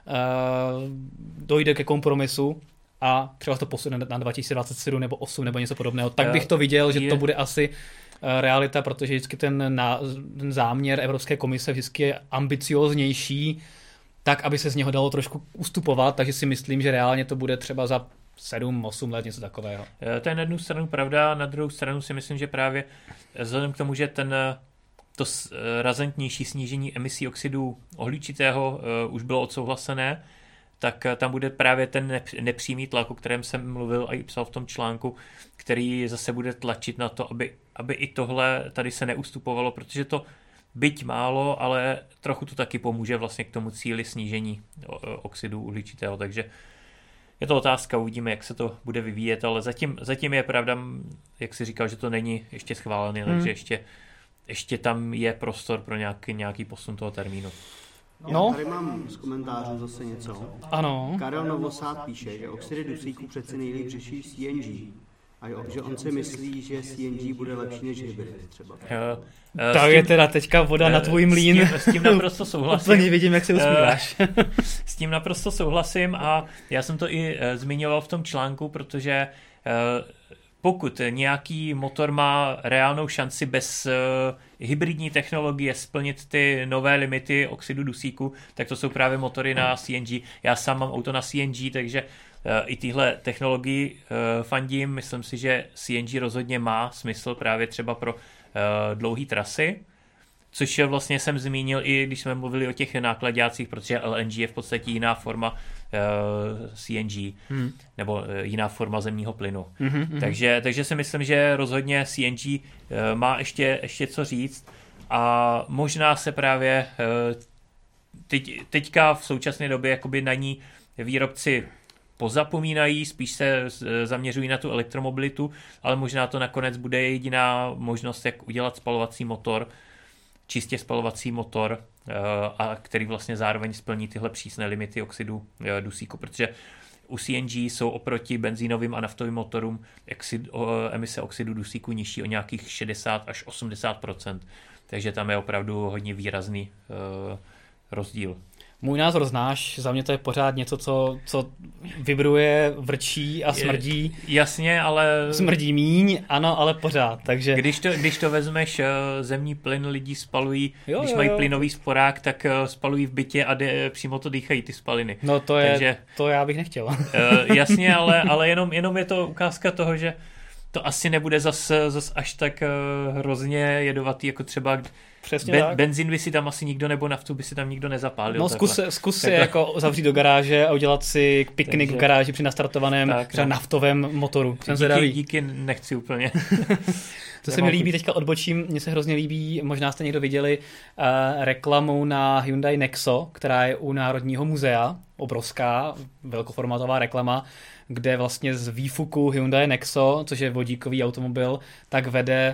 Speaker 1: dojde ke kompromisu a třeba to posune na 2027 nebo 8 nebo něco podobného. Tak bych to viděl, že to bude asi realita, protože vždycky ten záměr Evropské komise vždycky je ambicióznější, tak, aby se z něho dalo trošku ustupovat, takže si myslím, že reálně to bude třeba za 7-8 let, něco takového.
Speaker 2: To je na jednu stranu pravda, na druhou stranu si myslím, že právě vzhledem k tomu, že to razantnější snížení emisí oxidu uhličitého už bylo odsouhlasené, tak tam bude právě ten nepřímý tlak, o kterém jsem mluvil a i psal v tom článku, který zase bude tlačit na to, aby i tohle tady se neustupovalo, protože to byť málo, ale trochu to taky pomůže vlastně k tomu cíli snížení oxidu uhličitého, takže je to otázka, uvidíme, jak se to bude vyvíjet, ale zatím je pravda, jak jsi říkal, že to není ještě schválené, takže ještě tam je prostor pro nějaký posun toho termínu.
Speaker 3: No. Tady mám z komentářů zase něco.
Speaker 1: Ano.
Speaker 3: Karel Novosad píše, že oxidy dusíku přeci nejlíp řeší CNG. A že on si myslí, že CNG bude lepší než hybrid třeba.
Speaker 1: Tak je teda teďka voda na tvůj mlýn.
Speaker 2: S tím naprosto souhlasím.
Speaker 1: Úplně vidím, jak se usmíváš.
Speaker 2: S tím naprosto souhlasím a já jsem to i zmiňoval v tom článku, protože pokud nějaký motor má reálnou šanci bez hybridní technologie splnit ty nové limity oxidu dusíku, tak to jsou právě motory na CNG. Já sám mám auto na CNG, takže i téhle technologii fandím. Myslím si, že CNG rozhodně má smysl právě třeba pro dlouhé trasy, což vlastně jsem zmínil i když jsme mluvili o těch nákladácích, protože LNG je v podstatě jiná forma CNG nebo jiná forma zemního plynu. Takže si myslím, že rozhodně CNG má ještě co říct a možná se právě teďka v současné době jakoby na ní výrobci pozapomínají, spíš se zaměřují na tu elektromobilitu, ale možná to nakonec bude jediná možnost, jak udělat spalovací motor, čistě spalovací motor, a který vlastně zároveň splní tyhle přísné limity oxidu dusíku, protože u CNG jsou oproti benzínovým a naftovým motorům emise oxidu dusíku nižší o nějakých 60 až 80%, takže tam je opravdu hodně výrazný rozdíl.
Speaker 1: Můj názor znáš, za mě to je pořád něco, co vibruje, vrčí a smrdí.
Speaker 2: Jasně, ale...
Speaker 1: Smrdí míň, ano, ale pořád, takže...
Speaker 2: Když to vezmeš, zemní plyn lidi spalují, když mají plynový sporák, tak spalují v bytě a přímo to dýchají ty spaliny.
Speaker 1: No to já bych nechtěl.
Speaker 2: Jasně, ale jenom je to ukázka toho, že to asi nebude zas až tak hrozně jedovatý, jako třeba benzín by si tam asi nikdo, nebo naftu by si tam nikdo nezapálil.
Speaker 1: No zkus si jako zavřít do garáže a udělat si piknik v garáži při nastartovaném třeba naftovém motoru.
Speaker 2: Díky nechci úplně.
Speaker 1: To se mi líbí, teďka odbočím, mně se hrozně líbí, možná jste někdo viděli reklamu na Hyundai Nexo, která je u Národního muzea, obrovská, velkoformátová reklama, kde vlastně z výfuku Hyundai Nexo, což je vodíkový automobil, tak vede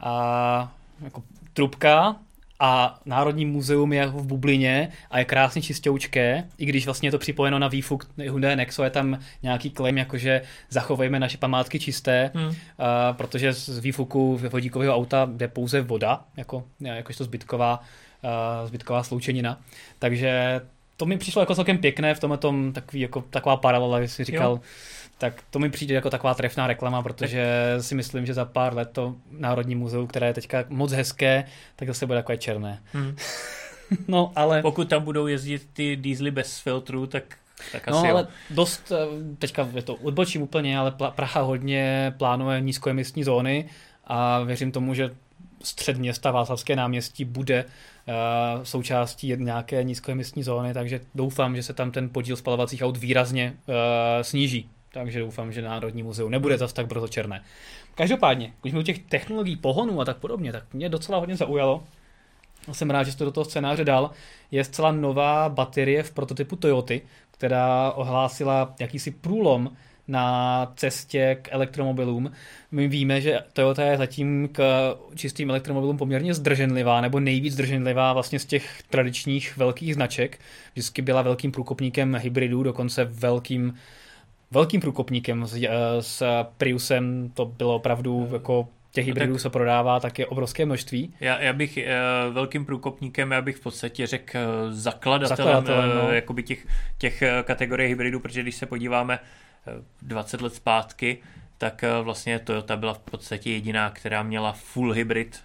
Speaker 1: jako trubka a Národní muzeum je v bublině a je krásně čistoučké, i když vlastně je to připojeno na výfuk Hyundai Nexo, je tam nějaký claim, jakože zachovejme naše památky čisté, protože z výfuku vodíkového auta jde pouze voda, jakožto zbytková sloučenina. Takže to mi přišlo jako celkem pěkné v tomhletom taková paralela, když si říkal, tak to mi přijde jako taková trefná reklama, protože si myslím, že za pár let to Národní muzeum, které je teďka moc hezké, tak zase bude takové černé. No, ale...
Speaker 2: Pokud tam budou jezdit ty diesely bez filtru, tak asi
Speaker 1: ale dost, teďka je to odbočím úplně, ale Praha hodně plánuje nízkoemisní zóny a věřím tomu, že střed města Václavské náměstí bude součástí nějaké nízkoemisní zóny, takže doufám, že se tam ten podíl spalovacích aut výrazně sníží. Takže doufám, že Národní muzeum nebude zas tak brzo černé. Každopádně, když jsme u těch technologií pohonu a tak podobně, tak mě docela hodně zaujalo. Jsem rád, že jsi to do toho scénáře dal. Je zcela nová baterie v prototypu Toyoty, která ohlásila jakýsi průlom na cestě k elektromobilům. My víme, že Toyota je zatím k čistým elektromobilům poměrně zdrženlivá, nebo nejvíc zdrženlivá vlastně z těch tradičních velkých značek. Vždycky byla velkým průkopníkem hybridů, dokonce velkým průkopníkem s Priusem, to bylo opravdu jako těch hybridů se prodává také obrovské množství.
Speaker 2: Já bych velkým průkopníkem, já bych v podstatě řekl zakladatelem jakoby těch kategorií hybridů, protože když se podíváme 20 let zpátky, tak vlastně Toyota byla v podstatě jediná, která měla full hybrid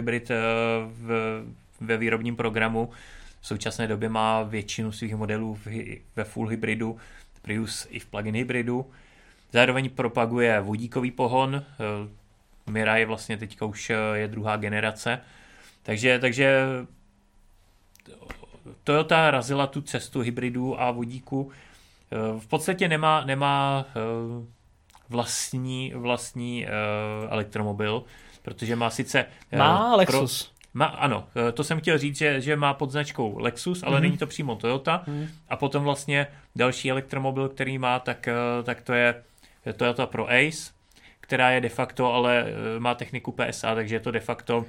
Speaker 2: ve výrobním programu. V současné době má většinu svých modelů ve full hybridu, Prius i v plug-in hybridu. Zároveň propaguje vodíkový pohon, Mirai vlastně teďka už je druhá generace. Takže Toyota razila tu cestu hybridů a vodíku. V podstatě nemá vlastní elektromobil, protože má sice...
Speaker 1: Má Lexus.
Speaker 2: Ano, to jsem chtěl říct, že má pod značkou Lexus, ale není to přímo Toyota. A potom vlastně další elektromobil, který má, tak to je Toyota Pro Ace, která je de facto, ale má techniku PSA, takže je to de facto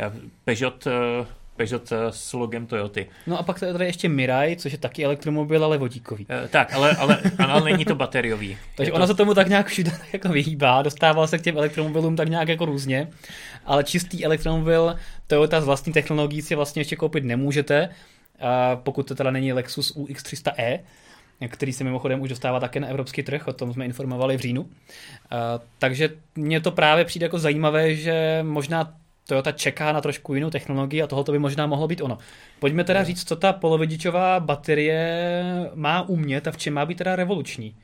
Speaker 2: Peugeot s logem Toyoty.
Speaker 1: No a pak tady ještě Mirai, což je taky elektromobil, ale vodíkový.
Speaker 2: Tak, ale není to bateriový.
Speaker 1: Takže ona se tomu tak nějak všude jako vyhýbá, dostával se k těm elektromobilům tak nějak jako různě, ale čistý elektromobil Toyota z vlastní technologií si vlastně ještě koupit nemůžete, pokud to teda není Lexus UX300e, který se mimochodem už dostává také na evropský trh, o tom jsme informovali v říjnu. Takže mně to právě přijde jako zajímavé, že možná Toyota čeká na trošku jinou technologii a tohoto by možná mohlo být ono. Pojďme teda říct, co ta polovodičová baterie má umět a v čem má být teda revoluční.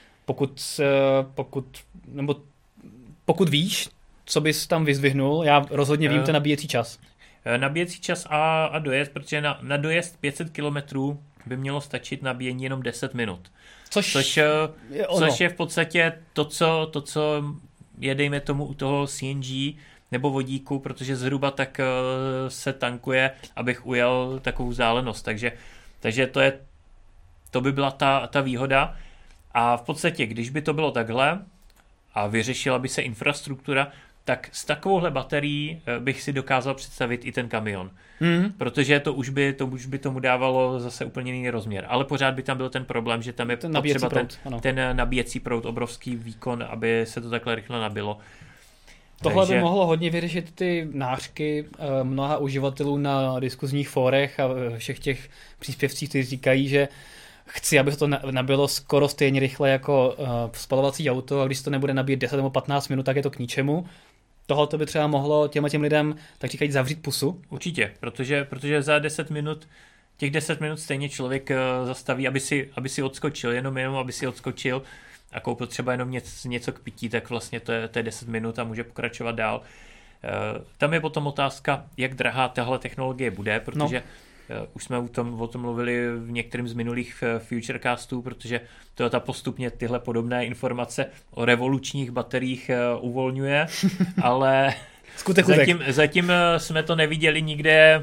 Speaker 1: Pokud víš, co bys tam vyzdvihnul, já rozhodně vím ten nabíjecí čas.
Speaker 2: Nabíjecí čas a dojezd, protože na dojezd 500 km by mělo stačit nabíjení jenom 10 minut.
Speaker 1: Což
Speaker 2: je v podstatě to, co je, dejme tomu, u toho CNG nebo vodíku, protože zhruba tak se tankuje, abych ujel takovou vzdálenost. Takže to by byla ta výhoda. A v podstatě, když by to bylo takhle a vyřešila by se infrastruktura, tak s takovouhle baterií bych si dokázal představit i ten kamion. Protože to už by tomu dávalo zase úplně jiný rozměr. Ale pořád by tam byl ten problém, že tam je potřeba ten nabíjecí proud, obrovský výkon, aby se to takhle rychle nabilo.
Speaker 1: Tohle by mohlo hodně vyřešit ty nářky mnoha uživatelů na diskuzních fórech a všech těch příspěvcích, kteří říkají, že chci, aby se to nabilo skoro stejně rychle jako spalovací auto, a když to nebude nabíjet 10 nebo 15 minut, tak je to k ničemu. Tohle by třeba mohlo těm lidem, tak říkají, zavřít pusu.
Speaker 2: Určitě, protože za 10 minut, těch 10 minut stejně člověk zastaví, aby si odskočil, jenom aby si odskočil a koupil třeba jenom něco k pití, tak vlastně to je 10 minut a může pokračovat dál. Tam je potom otázka, jak drahá tahle technologie bude, protože už jsme o tom mluvili v některým z minulých Futurecastů, protože Toyota postupně tyhle podobné informace o revolučních bateriích uvolňuje, ale zatím jsme to neviděli nikde,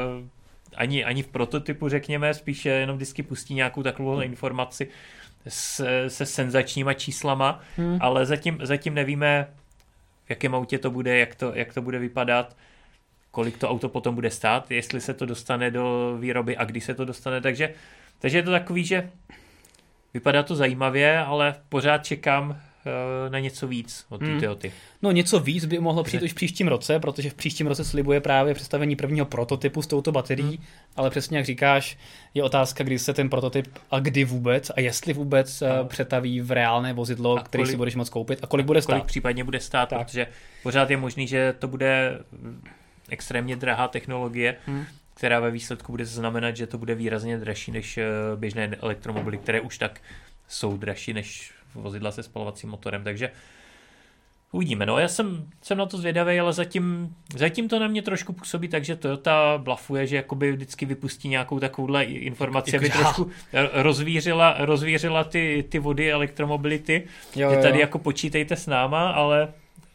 Speaker 2: ani v prototypu, řekněme, spíš jenom vždycky pustí nějakou takovou informaci se senzačníma číslama, ale zatím nevíme, v jakém autě to bude, jak to bude vypadat, kolik to auto potom bude stát, jestli se to dostane do výroby a kdy se to dostane. Takže je to takový, že vypadá to zajímavě, ale pořád čekám na něco víc od Toyoty.
Speaker 1: No něco víc by mohlo přijít už v příštím roce, protože v příštím roce slibuje právě představení prvního prototypu s touto baterií, ale přesně jak říkáš, je otázka, kdy se ten prototyp a kdy vůbec a jestli vůbec přetaví v reálné vozidlo, který si budeš moct koupit a kolik bude stát.
Speaker 2: Kolik případně bude stát, protože pořád je možný, že to bude extrémně drahá technologie, která ve výsledku bude znamenat, že to bude výrazně dražší než běžné elektromobily, které už tak jsou dražší než vozidla se spalovacím motorem, takže uvidíme. No já jsem na to zvědavý, ale zatím to na mě trošku působí, takže Toyota blafuje, že jakoby vždycky vypustí nějakou takovouhle informaci, aby trošku rozvířila ty vody elektromobility. Že tady jako počítejte s náma, ale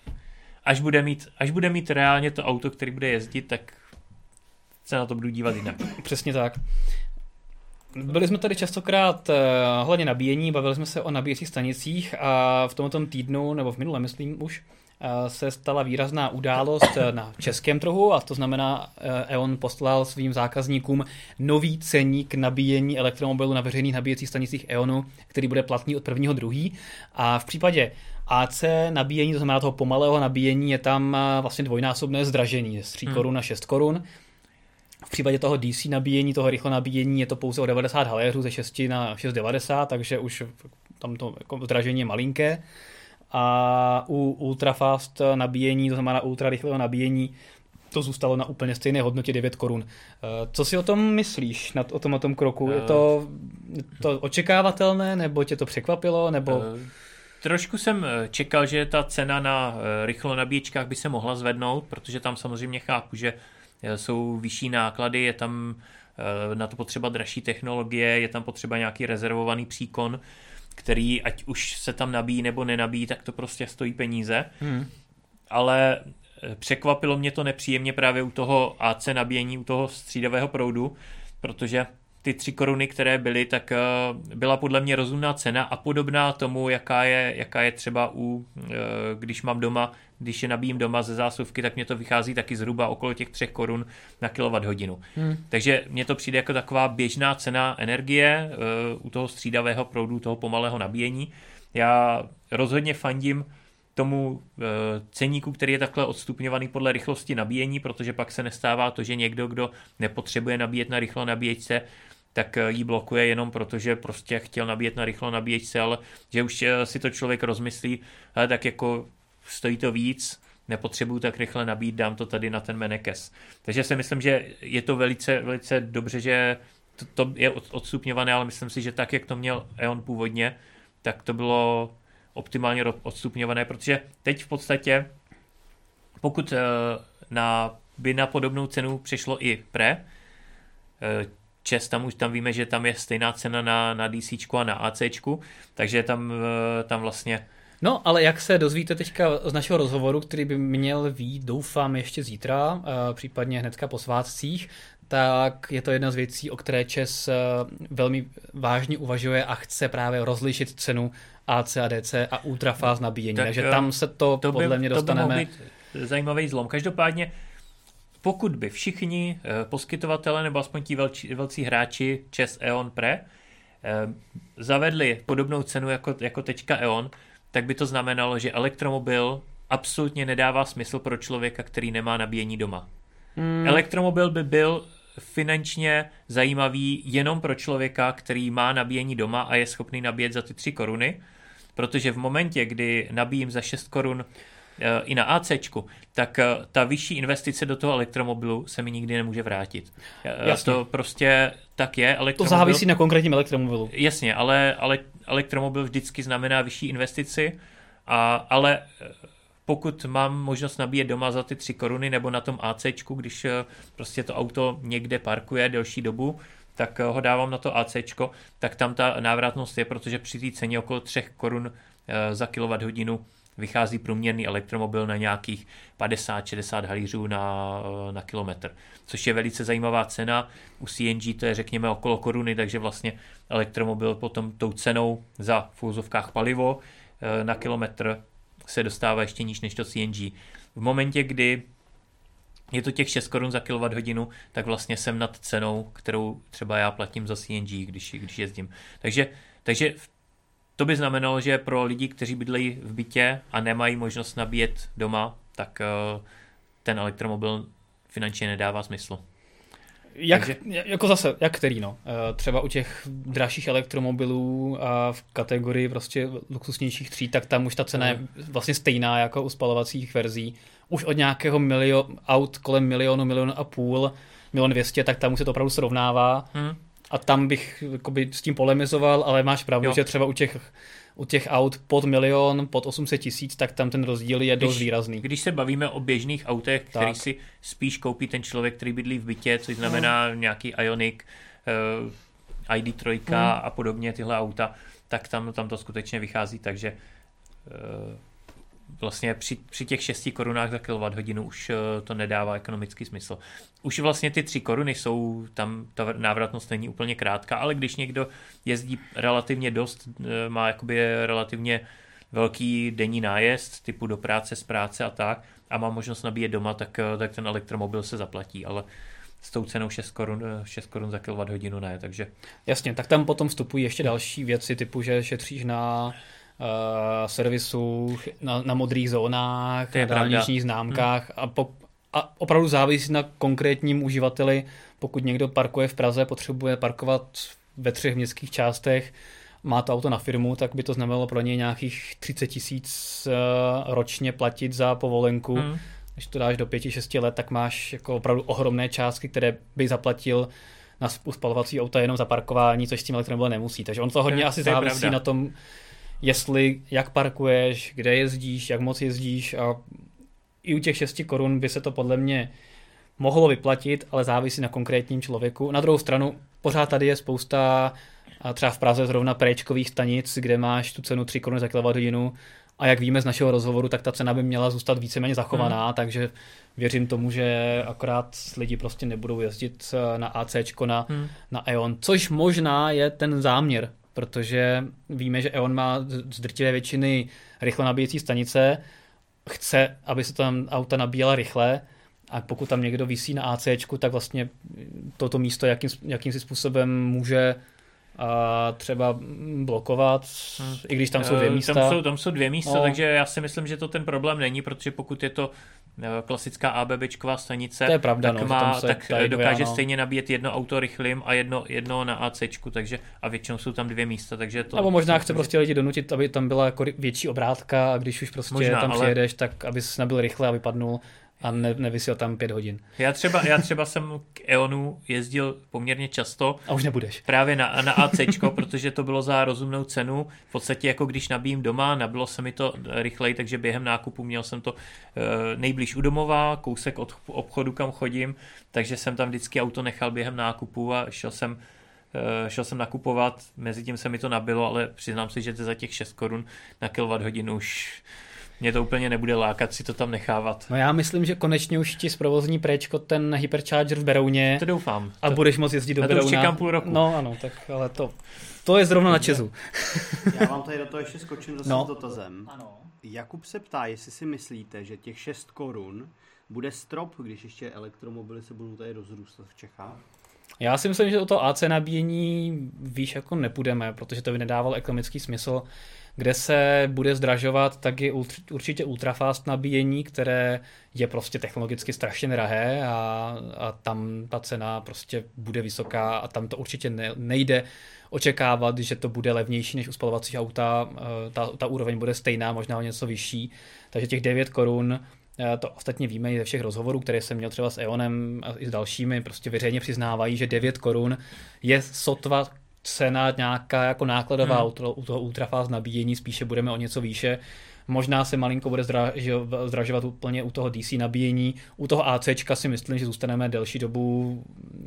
Speaker 2: až bude mít reálně to auto, který bude jezdit, tak se na to budu dívat jinak.
Speaker 1: Přesně tak. Byli jsme tady častokrát hlavně nabíjení, bavili jsme se o nabíjecích stanicích a v tomto týdnu, nebo v minulém, myslím už, se stala výrazná událost na českém trhu, a to znamená, E.ON poslal svým zákazníkům nový ceník nabíjení elektromobilu na veřejných nabíjecích stanicích E.ONu, který bude platný od 1.2. A v případě AC nabíjení, to znamená toho pomalého nabíjení, je tam vlastně dvojnásobné zdražení z 3 korun na 6 korun. V případě toho DC nabíjení, toho rychle nabíjení, je to pouze o 90 haléřů ze 6 na 6,90, takže už tam to jako zdražení je malinké. A u ultrafast nabíjení, to znamená ultra rychlého nabíjení, to zůstalo na úplně stejné hodnotě 9 korun. Co si o tom myslíš, o tom kroku? Je to očekávatelné, nebo tě to překvapilo, nebo...
Speaker 2: Trošku jsem čekal, že ta cena na rychlonabíječkách by se mohla zvednout, protože tam samozřejmě chápu, že jsou vyšší náklady, je tam na to potřeba dražší technologie, je tam potřeba nějaký rezervovaný příkon, který ať už se tam nabíjí nebo nenabíjí, tak to prostě stojí peníze. Ale překvapilo mě to nepříjemně právě u toho AC nabíjení, u toho střídavého proudu, protože ty 3 koruny, které byly, tak byla podle mě rozumná cena a podobná tomu, jaká je třeba když mám doma, když je nabíjím doma ze zásuvky, tak mě to vychází taky zhruba okolo těch 3 korun na kWh. Takže mně to přijde jako taková běžná cena energie u toho střídavého proudu, toho pomalého nabíjení. Já rozhodně fandím tomu ceníku, který je takhle odstupňovaný podle rychlosti nabíjení, protože pak se nestává to, že někdo, kdo nepotřebuje nabíjet na rychlo nabíječce, tak ji blokuje jenom proto, že prostě chtěl nabíjet na rychlo nabíječce, ale že už si to člověk rozmyslí, ale tak jako stojí to víc, nepotřebuju tak rychle nabít, dám to tady na ten Menekes. Takže si myslím, že je to velice, velice dobře, že to je odstupňované, ale myslím si, že tak, jak to měl E.ON původně, tak to bylo optimálně odstupňované, protože teď v podstatě, pokud by na podobnou cenu přešlo i Pre, ČES, tam víme, že tam je stejná cena na DCčku a na ACčku, takže tam vlastně...
Speaker 1: No, ale jak se dozvíte teďka z našeho rozhovoru, který by měl vyjít, doufám, ještě zítra, případně hnedka po svátcích, tak je to jedna z věcí, o které ČES velmi vážně uvažuje a chce právě rozlišit cenu AC a DC a ultrafáz nabíjení. Takže tam se to podle mě dostaneme.
Speaker 2: To by mohl být zajímavý zlom. Každopádně, pokud by všichni poskytovatele nebo aspoň ti velcí hráči ČES, E.ON, PRE zavedli podobnou cenu jako teďka E.ON, tak by to znamenalo, že elektromobil absolutně nedává smysl pro člověka, který nemá nabíjení doma. Elektromobil by byl finančně zajímavý jenom pro člověka, který má nabíjení doma a je schopný nabíjet za ty 3 koruny, protože v momentě, kdy nabíjím za 6 korun i na ACčku, tak ta vyšší investice do toho elektromobilu se mi nikdy nemůže vrátit.
Speaker 1: Jasně.
Speaker 2: To prostě tak je.
Speaker 1: To závisí na konkrétním elektromobilu.
Speaker 2: Jasně, ale elektromobil vždycky znamená vyšší investici, ale pokud mám možnost nabíjet doma za ty 3 koruny nebo na tom ACčku, když prostě to auto někde parkuje delší dobu, tak ho dávám na to ACčko, tak tam ta návratnost je, protože při té ceně okolo 3 korun za kWh vychází průměrný elektromobil na nějakých 50-60 halířů na kilometr, což je velice zajímavá cena. U CNG to je řekněme okolo koruny, takže vlastně elektromobil potom tou cenou za v úvozovkách palivo na kilometr se dostává ještě níž než to CNG. V momentě, kdy je to těch 6 korun za kWh, tak vlastně jsem nad cenou, kterou třeba já platím za CNG, když jezdím. Takže to by znamenalo, že pro lidi, kteří bydlejí v bytě a nemají možnost nabíjet doma, tak ten elektromobil finančně nedává smysl.
Speaker 1: Jak který, no? Třeba u těch dražších elektromobilů a v kategorii prostě luxusnějších tříd, tak tam už ta cena je vlastně stejná jako u spalovacích verzí. Už od nějakého aut kolem milionu, 1,5 milionu, 1,200, tak tam už se to opravdu srovnává. A tam bych s tím polemizoval, ale máš pravdu, že třeba u těch aut pod 1 milion, pod 800 000, tak tam ten rozdíl je dost výrazný.
Speaker 2: Když se bavíme o běžných autech, který si spíš koupí ten člověk, který bydlí v bytě, což znamená nějaký Ioniq, ID3 a podobně tyhle auta, tak tam to skutečně vychází, takže vlastně při těch 6 korunách za kWh už to nedává ekonomický smysl. Už vlastně ty 3 koruny jsou, tam ta návratnost není úplně krátká, ale když někdo jezdí relativně dost, má jakoby relativně velký denní nájezd, typu do práce, z práce a tak, a má možnost nabíjet doma, tak ten elektromobil se zaplatí, ale s tou cenou 6 korun za kWh ne, takže...
Speaker 1: Jasně, tak tam potom vstupují ještě další věci, typu, že šetříš na servisu, na modrých zónách, na dálničních známkách a opravdu závisí na konkrétním uživateli. Pokud někdo parkuje v Praze, potřebuje parkovat ve 3 městských částech, má to auto na firmu, tak by to znamenalo pro něj nějakých 30 000 ročně platit za povolenku. Když to dáš do 5-6 let, tak máš jako opravdu ohromné částky, které by zaplatil na spalovací auta jenom za parkování, což s tím elektromobilem nemusí. Takže on to hodně asi závisí na tom, jak parkuješ, kde jezdíš, jak moc jezdíš, a i u těch 6 korun by se to podle mě mohlo vyplatit, ale závisí na konkrétním člověku. Na druhou stranu pořád tady je spousta, třeba v Praze zrovna préčkových stanic, kde máš tu cenu 3 koruny za kWh, a jak víme z našeho rozhovoru, tak ta cena by měla zůstat víceméně zachovaná, takže věřím tomu, že akorát lidi prostě nebudou jezdit na ACčko, na E.ON, což možná je ten záměr, protože víme, že E.ON má z drtivé většiny rychle nabíjecí stanice, chce, aby se tam auta nabíjela rychle, a pokud tam někdo visí na ACčku, tak vlastně toto místo jakýmsi způsobem může třeba blokovat, i když tam jsou 2 místa.
Speaker 2: Tam jsou 2 místa, takže já si myslím, že to ten problém není, protože pokud je to klasická ABBčková stanice,
Speaker 1: to je pravda,
Speaker 2: tak dokáže stejně nabíjet jedno auto rychlým a jedno na ACčku, takže a většinou jsou tam 2 místa, takže to...
Speaker 1: Nebo možná chce prostě lidi donutit, aby tam byla jako větší obrátka, a když už prostě možná, tam přijedeš, tak abys nabil rychle a vypadnul. a nevysil tam 5 hodin.
Speaker 2: Já třeba jsem k E.ONu jezdil poměrně často.
Speaker 1: A už nebudeš.
Speaker 2: Právě na ACčko, protože to bylo za rozumnou cenu. V podstatě jako když nabíjím doma, nabilo se mi to rychleji, takže během nákupu měl jsem to nejblíž u domova, kousek od obchodu, kam chodím, takže jsem tam vždycky auto nechal během nákupu a šel jsem nakupovat, mezi tím se mi to nabilo, ale přiznám si, že to za těch 6 korun na kWh už mě to úplně nebude lákat si to tam nechávat.
Speaker 1: No já myslím, že konečně už ti zprovozní préčko ten Hypercharger v Berouně.
Speaker 2: To doufám.
Speaker 1: A budeš moct jezdit do Berouna.
Speaker 2: To už čekám půl roku.
Speaker 1: No ano, tak ale to je zrovna na Česu.
Speaker 3: Já vám tady do toho ještě skočím zase s dotazem. Ano. Jakub se ptá, jestli si myslíte, že těch 6 korun bude strop, když ještě elektromobily se budou tady rozrůstat v Čechách?
Speaker 1: Já si myslím, že o to AC nabíjení výš jako nepůjdeme, protože to by nedávalo ekonomický smysl. Kde se bude zdražovat, tak je určitě ultrafast nabíjení, které je prostě technologicky strašně drahé a tam ta cena prostě bude vysoká a tam to určitě nejde očekávat, že to bude levnější než u spalovacích auta, ta úroveň bude stejná, možná o něco vyšší, takže těch 9 korun, to ostatně víme i ze všech rozhovorů, které jsem měl třeba s E.ONem a i s dalšími, prostě veřejně přiznávají, že 9 korun je sotva cena nějaká jako nákladová u toho ultrafast nabíjení, spíše budeme o něco výše. Možná se malinko bude zdražovat úplně u toho DC nabíjení. U toho ACčka si myslím, že zůstaneme delší dobu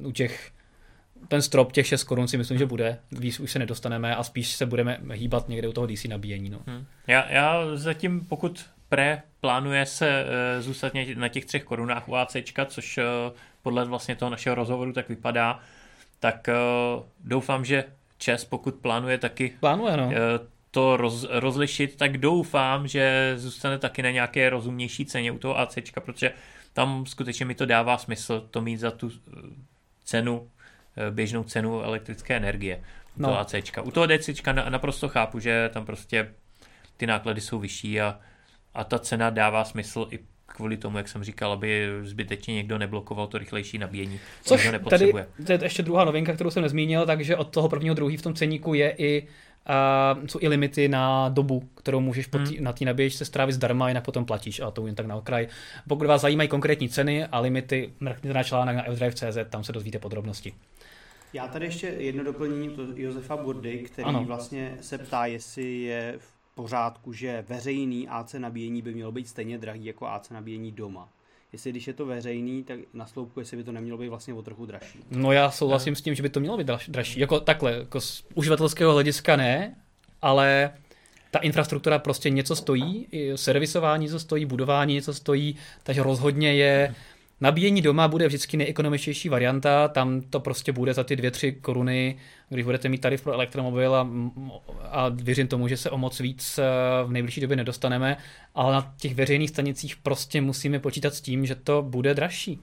Speaker 1: ten strop těch 6 korun si myslím, že bude. Víc už se nedostaneme a spíš se budeme hýbat někde u toho DC nabíjení. No.
Speaker 2: Já zatím, pokud plánuje se zůstat na těch 3 korunách u ACčka, což podle vlastně toho našeho rozhovoru tak vypadá, tak doufám, že ČEZ, pokud plánuje taky to rozlišit, tak doufám, že zůstane taky na nějaké rozumnější ceně u toho ACčka, protože tam skutečně mi to dává smysl to mít za tu cenu, běžnou cenu elektrické energie. U toho ACčka. U toho DCčka naprosto chápu, že tam prostě ty náklady jsou vyšší a ta cena dává smysl i kvůli tomu, jak jsem říkal, aby zbytečně někdo neblokoval to rychlejší nabíjení.
Speaker 1: Což tady je ještě druhá novinka, kterou jsem nezmínil, takže od toho 1.2. v tom ceníku jsou i limity na dobu, kterou můžeš na té nabíječce strávit zdarma, jinak potom platíš, a to jen tak na okraj. Pokud vás zajímají konkrétní ceny a limity, mrkněte na článek na evdrive.cz, tam se dozvíte podrobnosti.
Speaker 3: Já tady ještě jedno doplnění Josefa Burdy, který vlastně se ptá, jestli je v pořádku, že veřejný AC nabíjení by mělo být stejně drahý jako AC nabíjení doma. Jestli když je to veřejný, tak na sloupku, jestli by to nemělo být vlastně o trochu dražší.
Speaker 1: No já souhlasím s tím, že by to mělo být dražší. Jako takhle, jako z uživatelského hlediska ne, ale ta infrastruktura prostě něco stojí, servisování něco stojí, budování něco stojí, takže rozhodně je nabíjení doma bude vždycky nejekonomičtější varianta, tam to prostě bude za ty 2-3 koruny, když budete mít tarif pro elektromobil a věřím tomu, že se o moc víc v nejbližší době nedostaneme, ale na těch veřejných stanicích prostě musíme počítat s tím, že to bude dražší.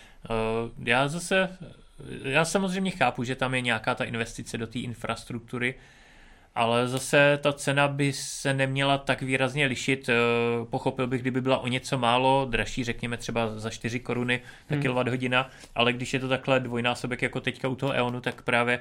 Speaker 2: Já samozřejmě chápu, že tam je nějaká ta investice do té infrastruktury, ale zase ta cena by se neměla tak výrazně lišit. Pochopil bych, kdyby byla o něco málo dražší, řekněme třeba za 4 koruny na kWh, ale když je to takhle dvojnásobek jako teďka u toho E.ONu, tak právě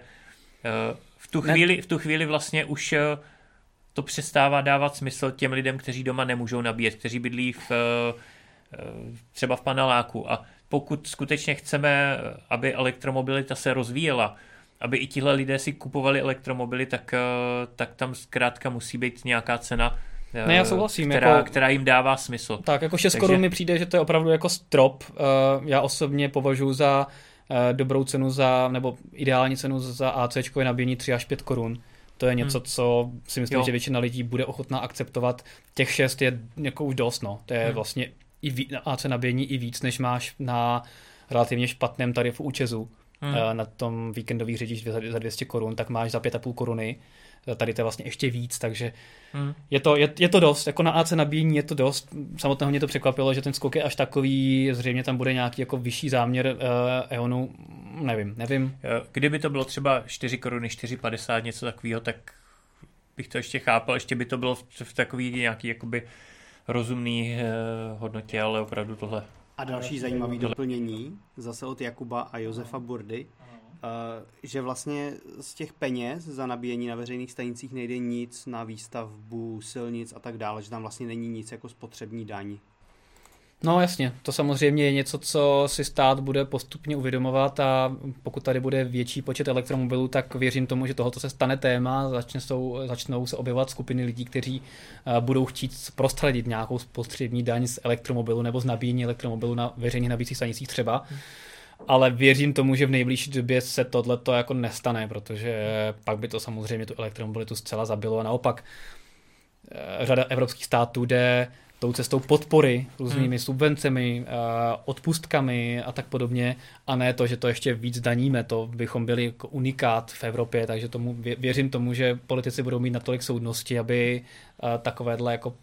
Speaker 2: v tu chvíli vlastně už to přestává dávat smysl těm lidem, kteří doma nemůžou nabíjet, kteří bydlí třeba v paneláku. A pokud skutečně chceme, aby elektromobilita se rozvíjela, aby i tihle lidé si kupovali elektromobily, tak tam zkrátka musí být nějaká cena,
Speaker 1: já souhlasím,
Speaker 2: která jim dává smysl.
Speaker 1: Tak jako 6 korun mi přijde, že to je opravdu jako strop. Já osobně považuji za dobrou cenu nebo ideální cenu za ACčkové nabíjení 3 až 5 korun. To je něco, co si myslím, že většina lidí bude ochotná akceptovat. Těch 6 je jako už dost, no. To je vlastně i AC nabíjení i víc, než máš na relativně špatném tarifu u ČEZu. Na tom víkendový řidič za 200 korun, tak máš za 5,5 koruny. Tady to je vlastně ještě víc, takže je to dost. Jako na AC nabíjení je to dost. Samotného mě to překvapilo, že ten skok je až takový, zřejmě tam bude nějaký jako vyšší záměr E.ONu. Nevím.
Speaker 2: Kdyby to bylo třeba 4 koruny, 4,50, něco takového, tak bych to ještě chápal. Ještě by to bylo v takový nějaký jakoby rozumný hodnotě, ale opravdu tohle.
Speaker 3: A další zajímavý doplnění, zase od Jakuba a Josefa Burdy, že vlastně z těch peněz za nabíjení na veřejných stanicích nejde nic na výstavbu silnic a tak dále, že tam vlastně není nic jako spotřební daň.
Speaker 1: No jasně, to samozřejmě je něco, co si stát bude postupně uvědomovat a pokud tady bude větší počet elektromobilů, tak věřím tomu, že tohoto se stane téma, začnou se objevovat skupiny lidí, kteří budou chtít prostředit nějakou spotřební daň z elektromobilu nebo z nabíjení elektromobilu na veřejných nabíjecích stanicích třeba. Ale věřím tomu, že v nejbližší době se tohleto jako nestane, protože pak by to samozřejmě tu elektromobilitu zcela zabilo a naopak řada evropských států jde tou cestou podpory různými subvencemi, odpustkami a tak podobně a ne to, že to ještě víc daníme, to bychom byli jako unikát v Evropě, takže věřím tomu, že politici budou mít natolik soudnosti, aby takovéhle jako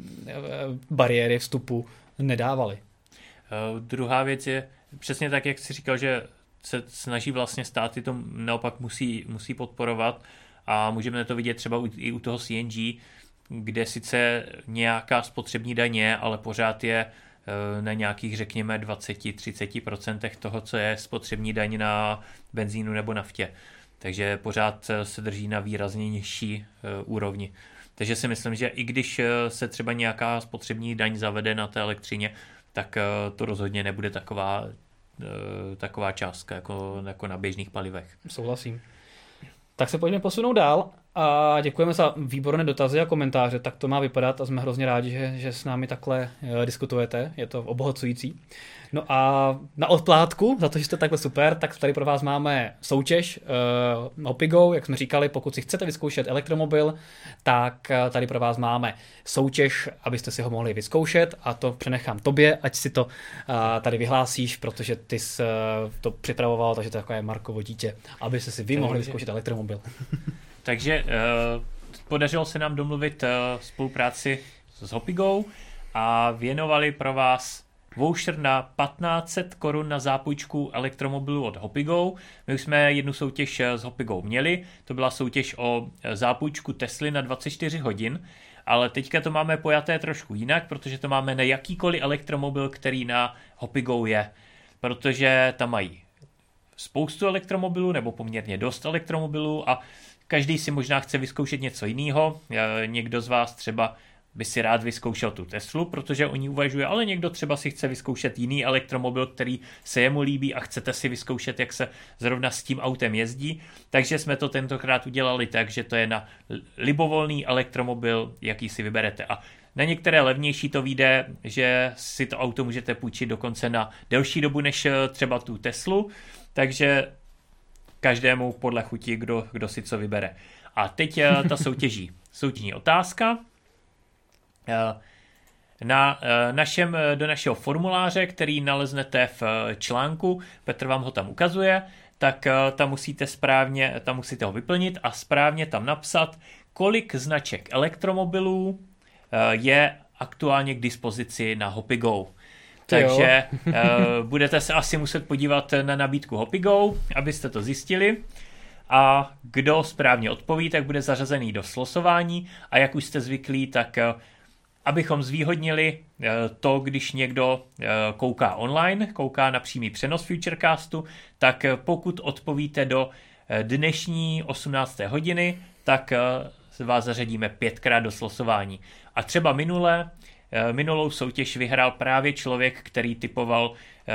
Speaker 1: bariéry vstupu nedávali.
Speaker 2: Druhá věc je přesně tak, jak jsi říkal, že se snaží vlastně státy to naopak musí podporovat a můžeme to vidět třeba i u toho CNG, kde sice nějaká spotřební daň je, ale pořád je na nějakých, řekněme, 20-30% toho, co je spotřební daň na benzínu nebo naftě. Takže pořád se drží na výrazně nižší úrovni. Takže si myslím, že i když se třeba nějaká spotřební daň zavede na té elektřině, tak to rozhodně nebude taková částka jako na běžných palivech.
Speaker 1: Souhlasím. Tak se pojďme posunout dál a děkujeme za výborné dotazy a komentáře, tak to má vypadat a jsme hrozně rádi, že s námi takhle diskutujete, je to obohacující. No a na odplátku, za to, že jste takhle super, tak tady pro vás máme soutěž Hopigo, jak jsme říkali, pokud si chcete vyzkoušet elektromobil, tak tady pro vás máme soutěž, abyste si ho mohli vyzkoušet a to přenechám tobě, ať si to tady vyhlásíš, protože ty jsi to připravoval, takže to je takové Markovo dítě, abyste si vy mohli vyzkoušet elektromobil.
Speaker 2: Takže podařilo se nám domluvit spolupráci s Hopigo a věnovali pro vás voucher na 1500 korun na zápůjčku elektromobilu od Hopigo. My už jsme jednu soutěž s Hopigo měli, to byla soutěž o zápůjčku Tesly na 24 hodin, ale teďka to máme pojaté trošku jinak, protože to máme na jakýkoliv elektromobil, který na Hopigo je, protože tam mají spoustu elektromobilů nebo poměrně dost elektromobilů a každý si možná chce vyzkoušet něco jiného. Někdo z vás třeba by si rád vyzkoušel tu Teslu, protože o ní uvažuje, ale někdo třeba si chce vyzkoušet jiný elektromobil, který se jemu líbí a chcete si vyzkoušet, jak se zrovna s tím autem jezdí. Takže jsme to tentokrát udělali tak, že to je na libovolný elektromobil, jaký si vyberete. A na některé levnější to vyjde, že si to auto můžete půjčit dokonce na delší dobu než třeba tu Teslu, takže každému podle chuti, kdo si co vybere. A teď ta soutěžní otázka. Do našeho formuláře, který naleznete v článku, Petr vám ho tam ukazuje, tak tam musíte ho vyplnit a správně tam napsat, kolik značek elektromobilů je aktuálně k dispozici na Hopigo. Takže budete se asi muset podívat na nabídku Hopigo, abyste to zjistili. A kdo správně odpoví, tak bude zařazený do slosování. A jak už jste zvyklí, tak abychom zvýhodnili to, když někdo kouká online, kouká na přímý přenos Futurecastu, tak pokud odpovíte do dnešní 18. hodiny, tak vás zařadíme 5krát do slosování. A třeba minulou soutěž vyhrál právě člověk, který typoval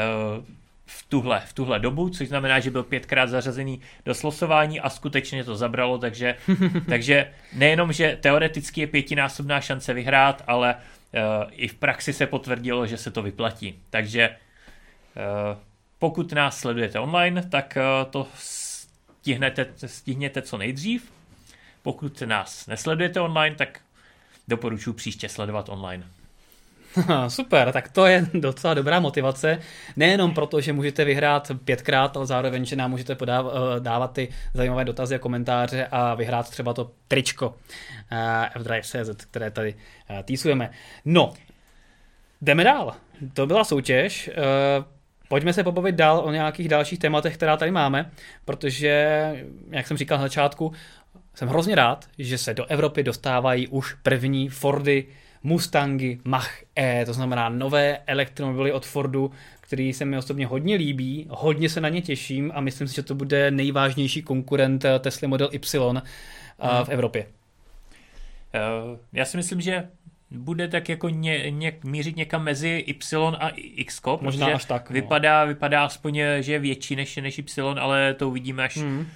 Speaker 2: v tuhle dobu, což znamená, že byl 5krát zařazený do slosování a skutečně to zabralo, takže nejenom, že teoreticky je 5násobná šance vyhrát, ale i v praxi se potvrdilo, že se to vyplatí. Takže pokud nás sledujete online, tak to stihněte co nejdřív. Pokud nás nesledujete online, tak doporučuji příště sledovat online.
Speaker 1: Super, tak to je docela dobrá motivace. Nejenom proto, že můžete vyhrát 5krát, ale zároveň, že nám můžete dávat ty zajímavé dotazy a komentáře a vyhrát třeba to tričko F-Drive.cz, které tady týsujeme. No, jdeme dál. To byla soutěž. Pojďme se pobavit dál o nějakých dalších tématech, která tady máme, protože, jak jsem říkal na začátku, jsem hrozně rád, že se do Evropy dostávají už první Fordy, Mustangy Mach-E, to znamená nové elektromobily od Fordu, který se mi osobně hodně líbí, hodně se na ně těším a myslím si, že to bude nejvážnější konkurent Tesla Model Y v Evropě.
Speaker 2: Já si myslím, že bude tak jako mířit někam mezi Y a X.
Speaker 1: Možná až tak.
Speaker 2: Vypadá aspoň, že je větší než Y, ale to uvidíme,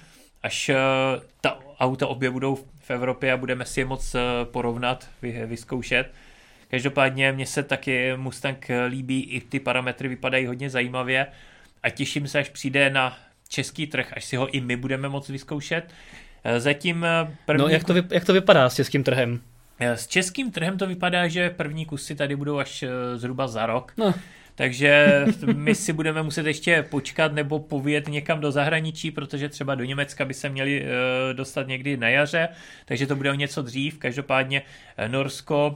Speaker 2: až ta auta obě budou v Evropě a budeme si je moc porovnat, vyzkoušet. Každopádně mně se taky Mustang líbí, i ty parametry vypadají hodně zajímavě a těším se, až přijde na český trh, až si ho i my budeme moct vyzkoušet. Zatím první...
Speaker 1: No jak to vypadá s českým trhem?
Speaker 2: S českým trhem to vypadá, že první kusy tady budou až zhruba za rok. No. Takže my si budeme muset ještě počkat nebo povět někam do zahraničí, protože třeba do Německa by se měli dostat někdy na jaře, takže to bude o něco dřív. Každopádně Norsko,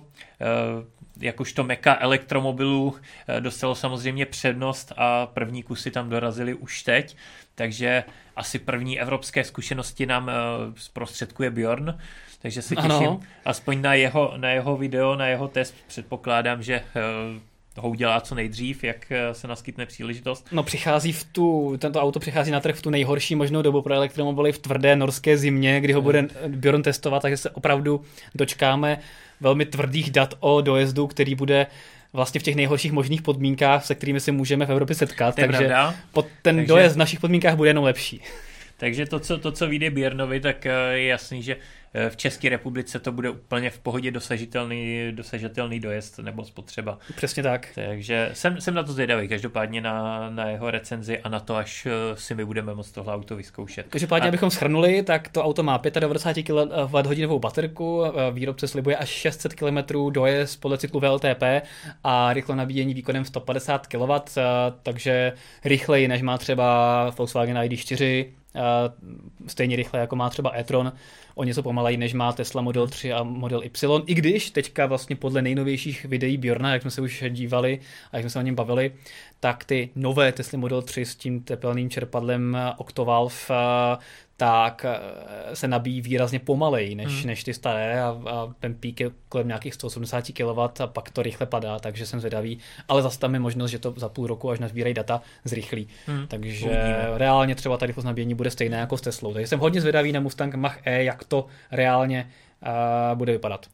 Speaker 2: jakožto meka elektromobilů, dostalo samozřejmě přednost a první kusy tam dorazily už teď, takže asi první evropské zkušenosti nám zprostředkuje Björn, takže se těším aspoň na jeho video, na jeho test. Předpokládám, že ho udělá co nejdřív, jak se naskytne příležitost.
Speaker 1: No tento auto přichází na trh v tu nejhorší možnou dobu pro elektromobily v tvrdé norské zimě, kdy ho bude Björn testovat, takže se opravdu dočkáme velmi tvrdých dat o dojezdu, který bude vlastně v těch nejhorších možných podmínkách, se kterými se můžeme v Evropě setkat, takže dojezd v našich podmínkách bude jenom lepší.
Speaker 2: Takže to, co vyjde Björnovi, tak je jasný, že v České republice to bude úplně v pohodě dosažitelný dojezd nebo spotřeba.
Speaker 1: Přesně tak.
Speaker 2: Takže jsem na to zvědavý, každopádně na jeho recenzi a na to, až si my budeme moct tohle auto vyzkoušet.
Speaker 1: Každopádně, abychom shrnuli, tak to auto má 95 kWh baterku, výrobce slibuje až 600 km dojezd podle cyklu VLTP a rychlé nabíjení výkonem 150 kW, takže rychleji, než má třeba Volkswagen ID4, stejně rychle, jako má třeba e-tron, o něco pomaleji, než má Tesla Model 3 a Model Y, i když teďka vlastně podle nejnovějších videí Björna, jak jsme se už dívali a jak jsme se o něm bavili, tak ty nové Tesla Model 3 s tím tepelným čerpadlem Octovalve tak se nabíjí výrazně pomaleji než ty staré a ten pík je kolem nějakých 180 kW a pak to rychle padá, takže jsem zvědavý, ale zase tam je možnost, že to za půl roku, až nazbírají data, zrychlí. Takže reálně třeba ta rychlost nabíjení bude stejná jako s Teslou. Takže jsem hodně zvědavý na Mustang Mach-E, jak to reálně bude vypadat.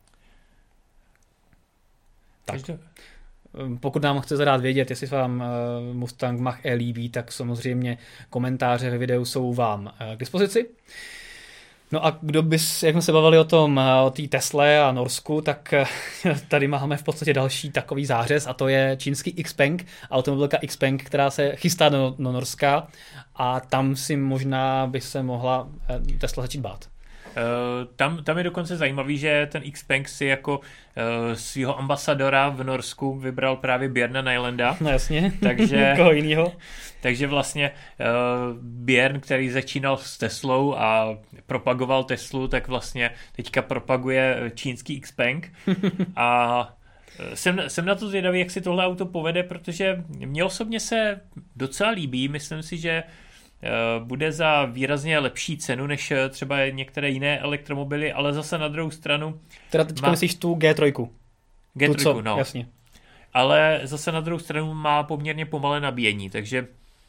Speaker 1: Tak. Pokud nám chcete rád vědět, jestli se vám Mustang Mach-E líbí, tak samozřejmě komentáře ve videu jsou vám k dispozici. No a jak jsme se bavili o té Tesle a Norsku, tak tady máme v podstatě další takový zářez a to je čínský Xpeng, automobilka Xpeng, která se chystá do Norska a tam si možná by se mohla Tesla začít bát.
Speaker 2: Tam je dokonce zajímavý, že ten Xpeng si jako svého ambasadora v Norsku vybral právě Björna Nylanda.
Speaker 1: No jasně,
Speaker 2: takže,
Speaker 1: koho jinýho.
Speaker 2: Takže vlastně Björn, který začínal s Teslou a propagoval Teslu, tak vlastně teďka propaguje čínský Xpeng a jsem na to zvědavý, jak si tohle auto povede, protože mně osobně se docela líbí, myslím si, že bude za výrazně lepší cenu než třeba některé jiné elektromobily, ale zase na druhou stranu...
Speaker 1: Teda teďka myslíš tu G3.
Speaker 2: G3, no.
Speaker 1: Jasně.
Speaker 2: Ale zase na druhou stranu má poměrně pomalé nabíjení, takže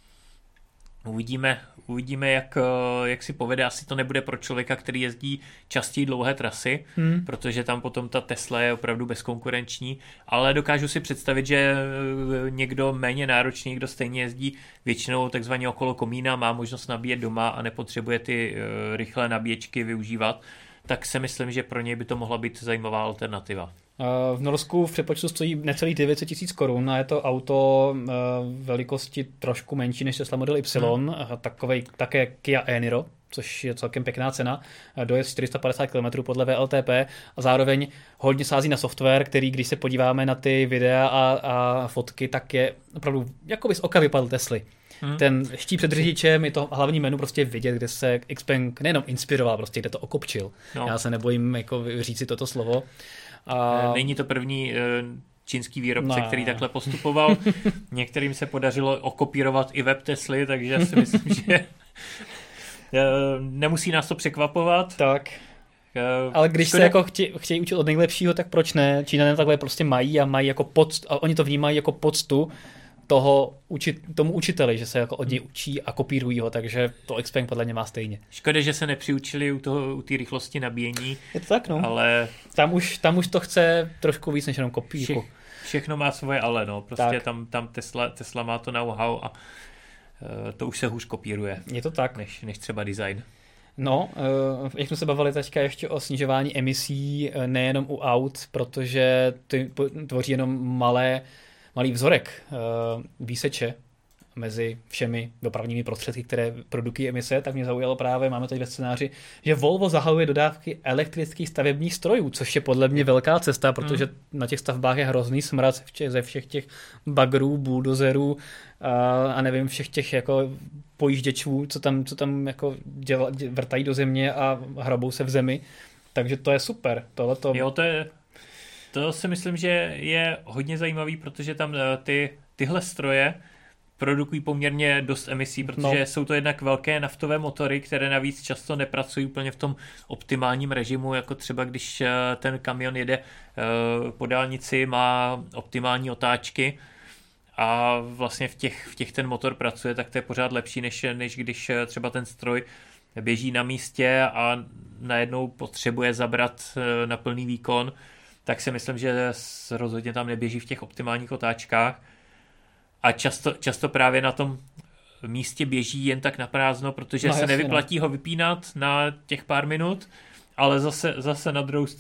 Speaker 2: uvidíme jak si povede. Asi to nebude pro člověka, který jezdí častěji dlouhé trasy, protože tam potom ta Tesla je opravdu bezkonkurenční, ale dokážu si představit, že někdo méně náročný, kdo stejně jezdí většinou takzvaně okolo komína, má možnost nabíjet doma a nepotřebuje ty rychlé nabíječky využívat, tak si myslím, že pro něj by to mohla být zajímavá alternativa.
Speaker 1: V Norsku v přepočtu stojí necelých 900 000 Kč a je to auto velikosti trošku menší než Tesla Model Y, také Kia e-Niro, což je celkem pěkná cena, dojezd 450 km podle VLTP a zároveň hodně sází na software, který, když se podíváme na ty videa a fotky, tak je opravdu jako by z oka vypadl Tesly. Ten štít před řidičem, je to hlavní menu prostě vidět, kde se Xpeng nejenom inspiroval, prostě kde to okopčil. No. Já se nebojím jako říct si toto slovo.
Speaker 2: Není to první čínský výrobce, který takhle postupoval. Některým se podařilo okopírovat i web Tesly, takže si myslím, že nemusí nás to překvapovat.
Speaker 1: Tak. Ale když se jako chtějí učit od nejlepšího, tak proč ne? Číňané takhle prostě mají a mají jako a oni to vnímají jako poctu tomu učiteli, že se jako od něj učí a kopírují ho, takže to Xpeng podle mě má stejně.
Speaker 2: Škoda, že se nepřiučili u té rychlosti nabíjení.
Speaker 1: Je to tak, no.
Speaker 2: Ale
Speaker 1: tam už to chce trošku víc než jenom kopírku.
Speaker 2: Všechno má svoje ale, no. Prostě tam Tesla má to know-how a to už se hůř kopíruje.
Speaker 1: Je to tak.
Speaker 2: Než třeba design.
Speaker 1: No, jak jsme se bavili teďka ještě o snižování emisí nejenom u aut, protože ty tvoří jenom malý vzorek výseče mezi všemi dopravními prostředky, které produkují emise, tak mě zaujalo právě, máme tady ve scénáři, že Volvo zahajuje dodávky elektrických stavebních strojů, což je podle mě velká cesta, protože na těch stavbách je hrozný smrad ze všech těch bagrů, buldozerů a nevím, všech těch jako pojížděčů, co tam jako vrtají do země a hrabou se v zemi. Takže to je super.
Speaker 2: Jo, to si myslím, že je hodně zajímavý, protože tam tyhle stroje produkují poměrně dost emisí, protože jsou to jednak velké naftové motory, které navíc často nepracují úplně v tom optimálním režimu, jako třeba když ten kamion jede po dálnici, má optimální otáčky a vlastně v těch ten motor pracuje, tak to je pořád lepší, než když třeba ten stroj běží na místě a najednou potřebuje zabrat na plný výkon, tak si myslím, že rozhodně tam neběží v těch optimálních otáčkách. A často právě na tom místě běží jen tak na prázdno, protože se nevyplatí ho vypínat na těch pár minut, ale zase na druhou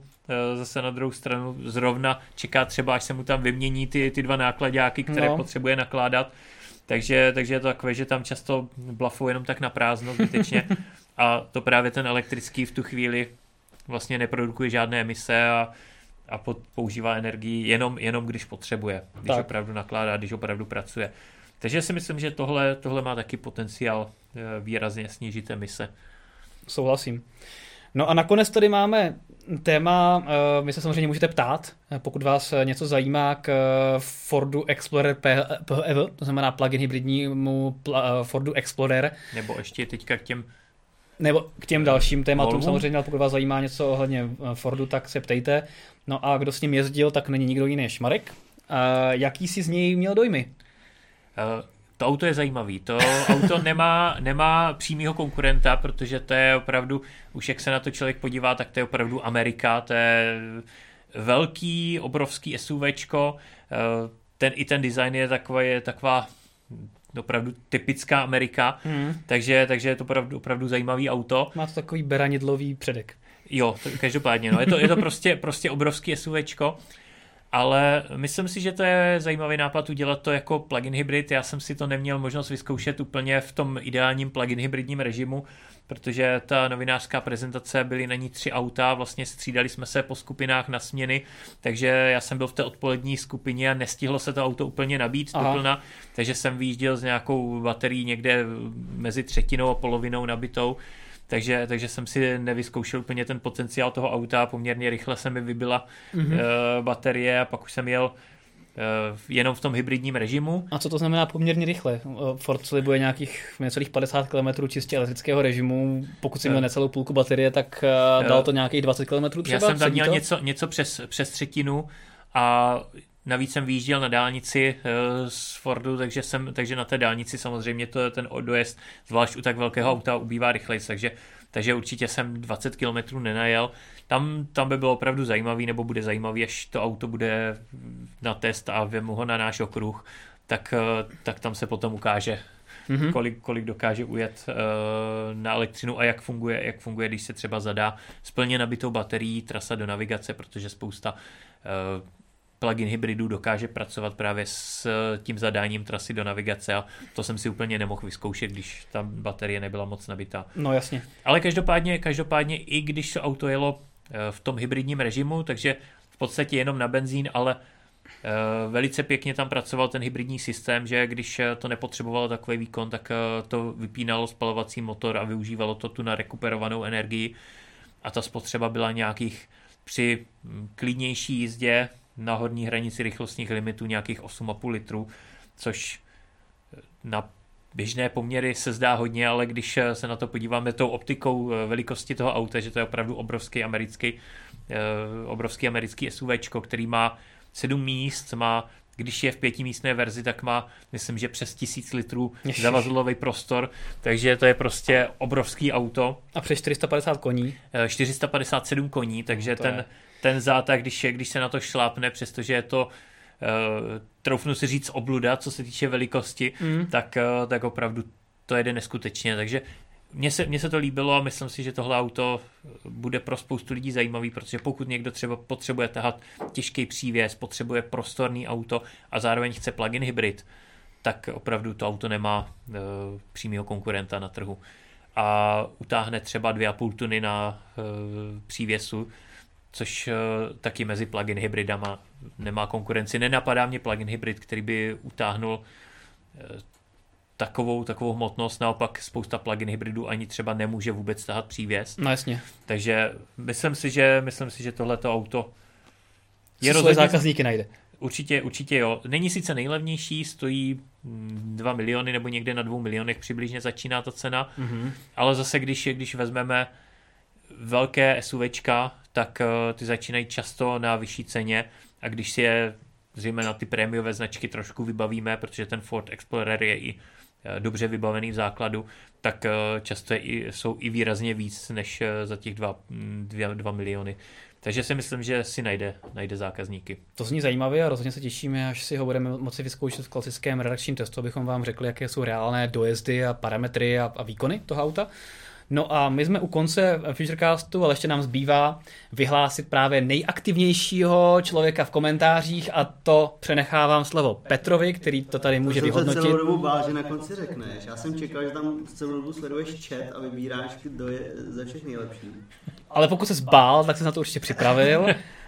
Speaker 2: stranu zrovna čeká třeba, až se mu tam vymění ty dva nákladáky, které potřebuje nakládat. Takže je to takové, že tam často blafou jenom tak na prázdno zbytečně. A to právě ten elektrický v tu chvíli vlastně neprodukuje žádné emise a používá energii jenom když potřebuje, když opravdu nakládá, když opravdu pracuje. Takže si myslím, že tohle má taky potenciál výrazně snížit emise.
Speaker 1: Souhlasím. No a nakonec tady máme téma, vy se samozřejmě můžete ptát, pokud vás něco zajímá k Fordu Explorer PHEV, to znamená plug-in hybridnímu Fordu Explorer.
Speaker 2: Nebo ještě teďka
Speaker 1: k těm dalším tématům samozřejmě, ale pokud vás zajímá něco ohledně Fordu, tak se ptejte. No a kdo s ním jezdil, tak není nikdo jiný než Marek. Jaký jsi z něj měl dojmy?
Speaker 2: To auto je zajímavý. To auto nemá přímýho konkurenta, protože to je opravdu, už jak se na to člověk podívá, tak to je opravdu Amerika. To je velký, obrovský SUVčko. Ten design je taková opravdu typická Amerika, takže je to opravdu zajímavý auto.
Speaker 1: Má to takový beranidlový předek.
Speaker 2: Jo, každopádně, no. Je to prostě obrovský SUVčko, ale myslím si, že to je zajímavý nápad udělat to jako plug-in hybrid. Já jsem si to neměl možnost vyzkoušet úplně v tom ideálním plug-in hybridním režimu, protože ta novinářská prezentace, byly na ní 3 auta, vlastně střídali jsme se po skupinách na směny, takže já jsem byl v té odpolední skupině a nestihlo se to auto úplně nabít doplna, takže jsem vyjížděl s nějakou baterií někde mezi třetinou a polovinou nabitou, takže jsem si nevyzkoušel úplně ten potenciál toho auta, poměrně rychle se mi vybila baterie a pak už jsem jel jenom v tom hybridním režimu.
Speaker 1: A co to znamená poměrně rychle? Ford slibuje nějakých necelých 50 km čistě elektrického režimu. Pokud si měl necelou půlku baterie, tak dal to nějakých 20 km třeba?
Speaker 2: Já jsem tam měl něco přes třetinu a navíc jsem vyjížděl na dálnici z Fordu, takže na té dálnici samozřejmě ten dojezd, zvlášť u tak velkého auta, ubývá rychleji, takže určitě jsem 20 km nenajel. Tam by bylo opravdu zajímavý, nebo bude zajímavý, až to auto bude na test a vemu ho na náš okruh, tak tam se potom ukáže, kolik dokáže ujet na elektřinu a jak funguje, když se třeba zadá s plně nabitou baterií trasa do navigace, protože spousta plug-in hybridů dokáže pracovat právě s tím zadáním trasy do navigace a to jsem si úplně nemohl vyzkoušet, když ta baterie nebyla moc nabitá.
Speaker 1: No jasně.
Speaker 2: Ale každopádně i když to auto jelo v tom hybridním režimu, takže v podstatě jenom na benzín, ale velice pěkně tam pracoval ten hybridní systém, že když to nepotřebovalo takový výkon, tak to vypínalo spalovací motor a využívalo to tu na rekuperovanou energii a ta spotřeba byla nějakých při klidnější jízdě na horní hranici rychlostních limitů nějakých 8,5 litrů, což na běžné poměry se zdá hodně, ale když se na to podíváme tou optikou velikosti toho auta, že to je opravdu obrovský americký SUVčko, který má 7 míst, má když je v 5místné verzi, tak má, myslím, že přes 1000 litrů zavazadlový prostor, takže to je prostě obrovský auto.
Speaker 1: A přes 450 koní.
Speaker 2: 457 koní, takže ten zátah, když se na to šlápne, přestože je to troufnu si říct obluda, co se týče velikosti, tak opravdu to jede neskutečně, takže mně se to líbilo a myslím si, že tohle auto bude pro spoustu lidí zajímavý, protože pokud někdo třeba potřebuje tahat těžký přívěs, potřebuje prostorný auto a zároveň chce plug-in hybrid, tak opravdu to auto nemá přímýho konkurenta na trhu. A utáhne třeba 2,5 tuny na přívěsu, což taky mezi plug-in hybridama nemá konkurenci. Nenapadá mě plug-in hybrid, který by utáhnul takovou hmotnost, naopak spousta plug-in hybridů ani třeba nemůže vůbec tahat přívěs.
Speaker 1: No jasně.
Speaker 2: Takže myslím si, že tohleto auto
Speaker 1: je rozhodně... zákazníky najde.
Speaker 2: Určitě jo. Není sice nejlevnější, stojí 2 miliony nebo někde na 2 milionech přibližně začíná ta cena, ale zase když vezmeme velké SUVčka, tak ty začínají často na vyšší ceně a když si je zřejmě na ty prémiové značky trošku vybavíme, protože ten Ford Explorer je i dobře vybavený v základu, tak často jsou i výrazně víc než za těch 2 miliony. Takže si myslím, že si najde zákazníky.
Speaker 1: To zní zajímavě a rozhodně se těšíme, až si ho budeme moci vyzkoušet v klasickém redakčním testu, abychom vám řekli, jaké jsou reálné dojezdy a parametry a výkony toho auta. No a my jsme u konce Futurecastu, ale ještě nám zbývá vyhlásit právě nejaktivnějšího člověka v komentářích a to přenechávám slovo Petrovi, který to tady může vyhodnotit.
Speaker 3: Já jsem se celou dobu bál, že na konci řekneš. Já jsem čekal, že tam celou dobu sleduješ chat a vybíráš, kdo je ze všech nejlepší.
Speaker 1: Ale pokud se zbál, tak jsem na to určitě připravil.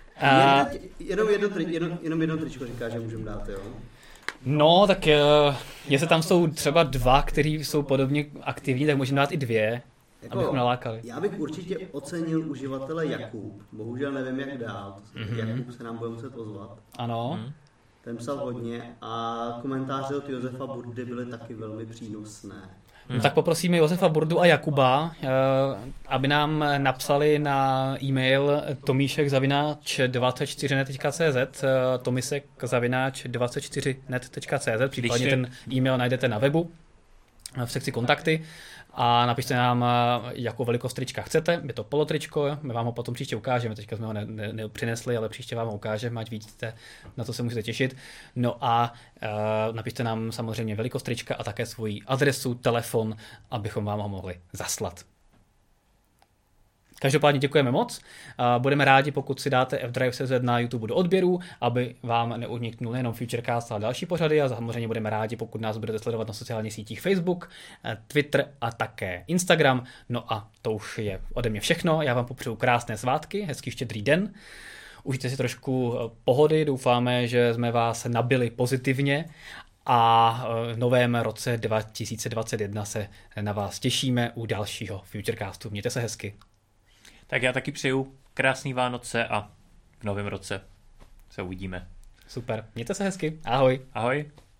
Speaker 3: Jenom jedno tričko říká, že můžeme dát, jo?
Speaker 1: No, tak jestli tam jsou třeba 2, kteří jsou podobně aktivní, tak můžeme dát i 2. Abychom nalákali.
Speaker 3: Já bych určitě ocenil uživatele Jakub. Bohužel nevím, jak dál. Jakub se nám bude muset ozvat.
Speaker 1: Ano.
Speaker 3: Ten psal hodně a komentáře od Josefa Burdy byly taky velmi přínosné.
Speaker 1: No, tak poprosíme Josefa Burdu a Jakuba, aby nám napsali na e-mail tomíšek@24net.cz, tomisek@24net.cz, případně ten e-mail najdete na webu v sekci kontakty. A napište nám, jakou velikost trička chcete, je to polotričko, my vám ho potom příště ukážeme, teďka jsme ho nepřinesli, ale příště vám ho ukážeme, ať vidíte, na to se můžete těšit. No a napište nám samozřejmě velikost trička a také svoji adresu, telefon, abychom vám ho mohli zaslat. Každopádně děkujeme moc. Budeme rádi, pokud si dáte F-Drive.cz na YouTube do odběru, aby vám neuniknul nejenom Futurecast, ale další pořady a samozřejmě budeme rádi, pokud nás budete sledovat na sociálních sítích Facebook, Twitter a také Instagram. No a to už je ode mě všechno. Já vám popřeju krásné svátky, hezký štědrý den. Užijte si trošku pohody, doufáme, že jsme vás nabili pozitivně a v novém roce 2021 se na vás těšíme u dalšího Futurecastu. Mějte se hezky.
Speaker 2: Tak já taky přeju krásný Vánoce a v novém roce se uvidíme.
Speaker 1: Super, mějte se hezky. Ahoj.
Speaker 2: Ahoj.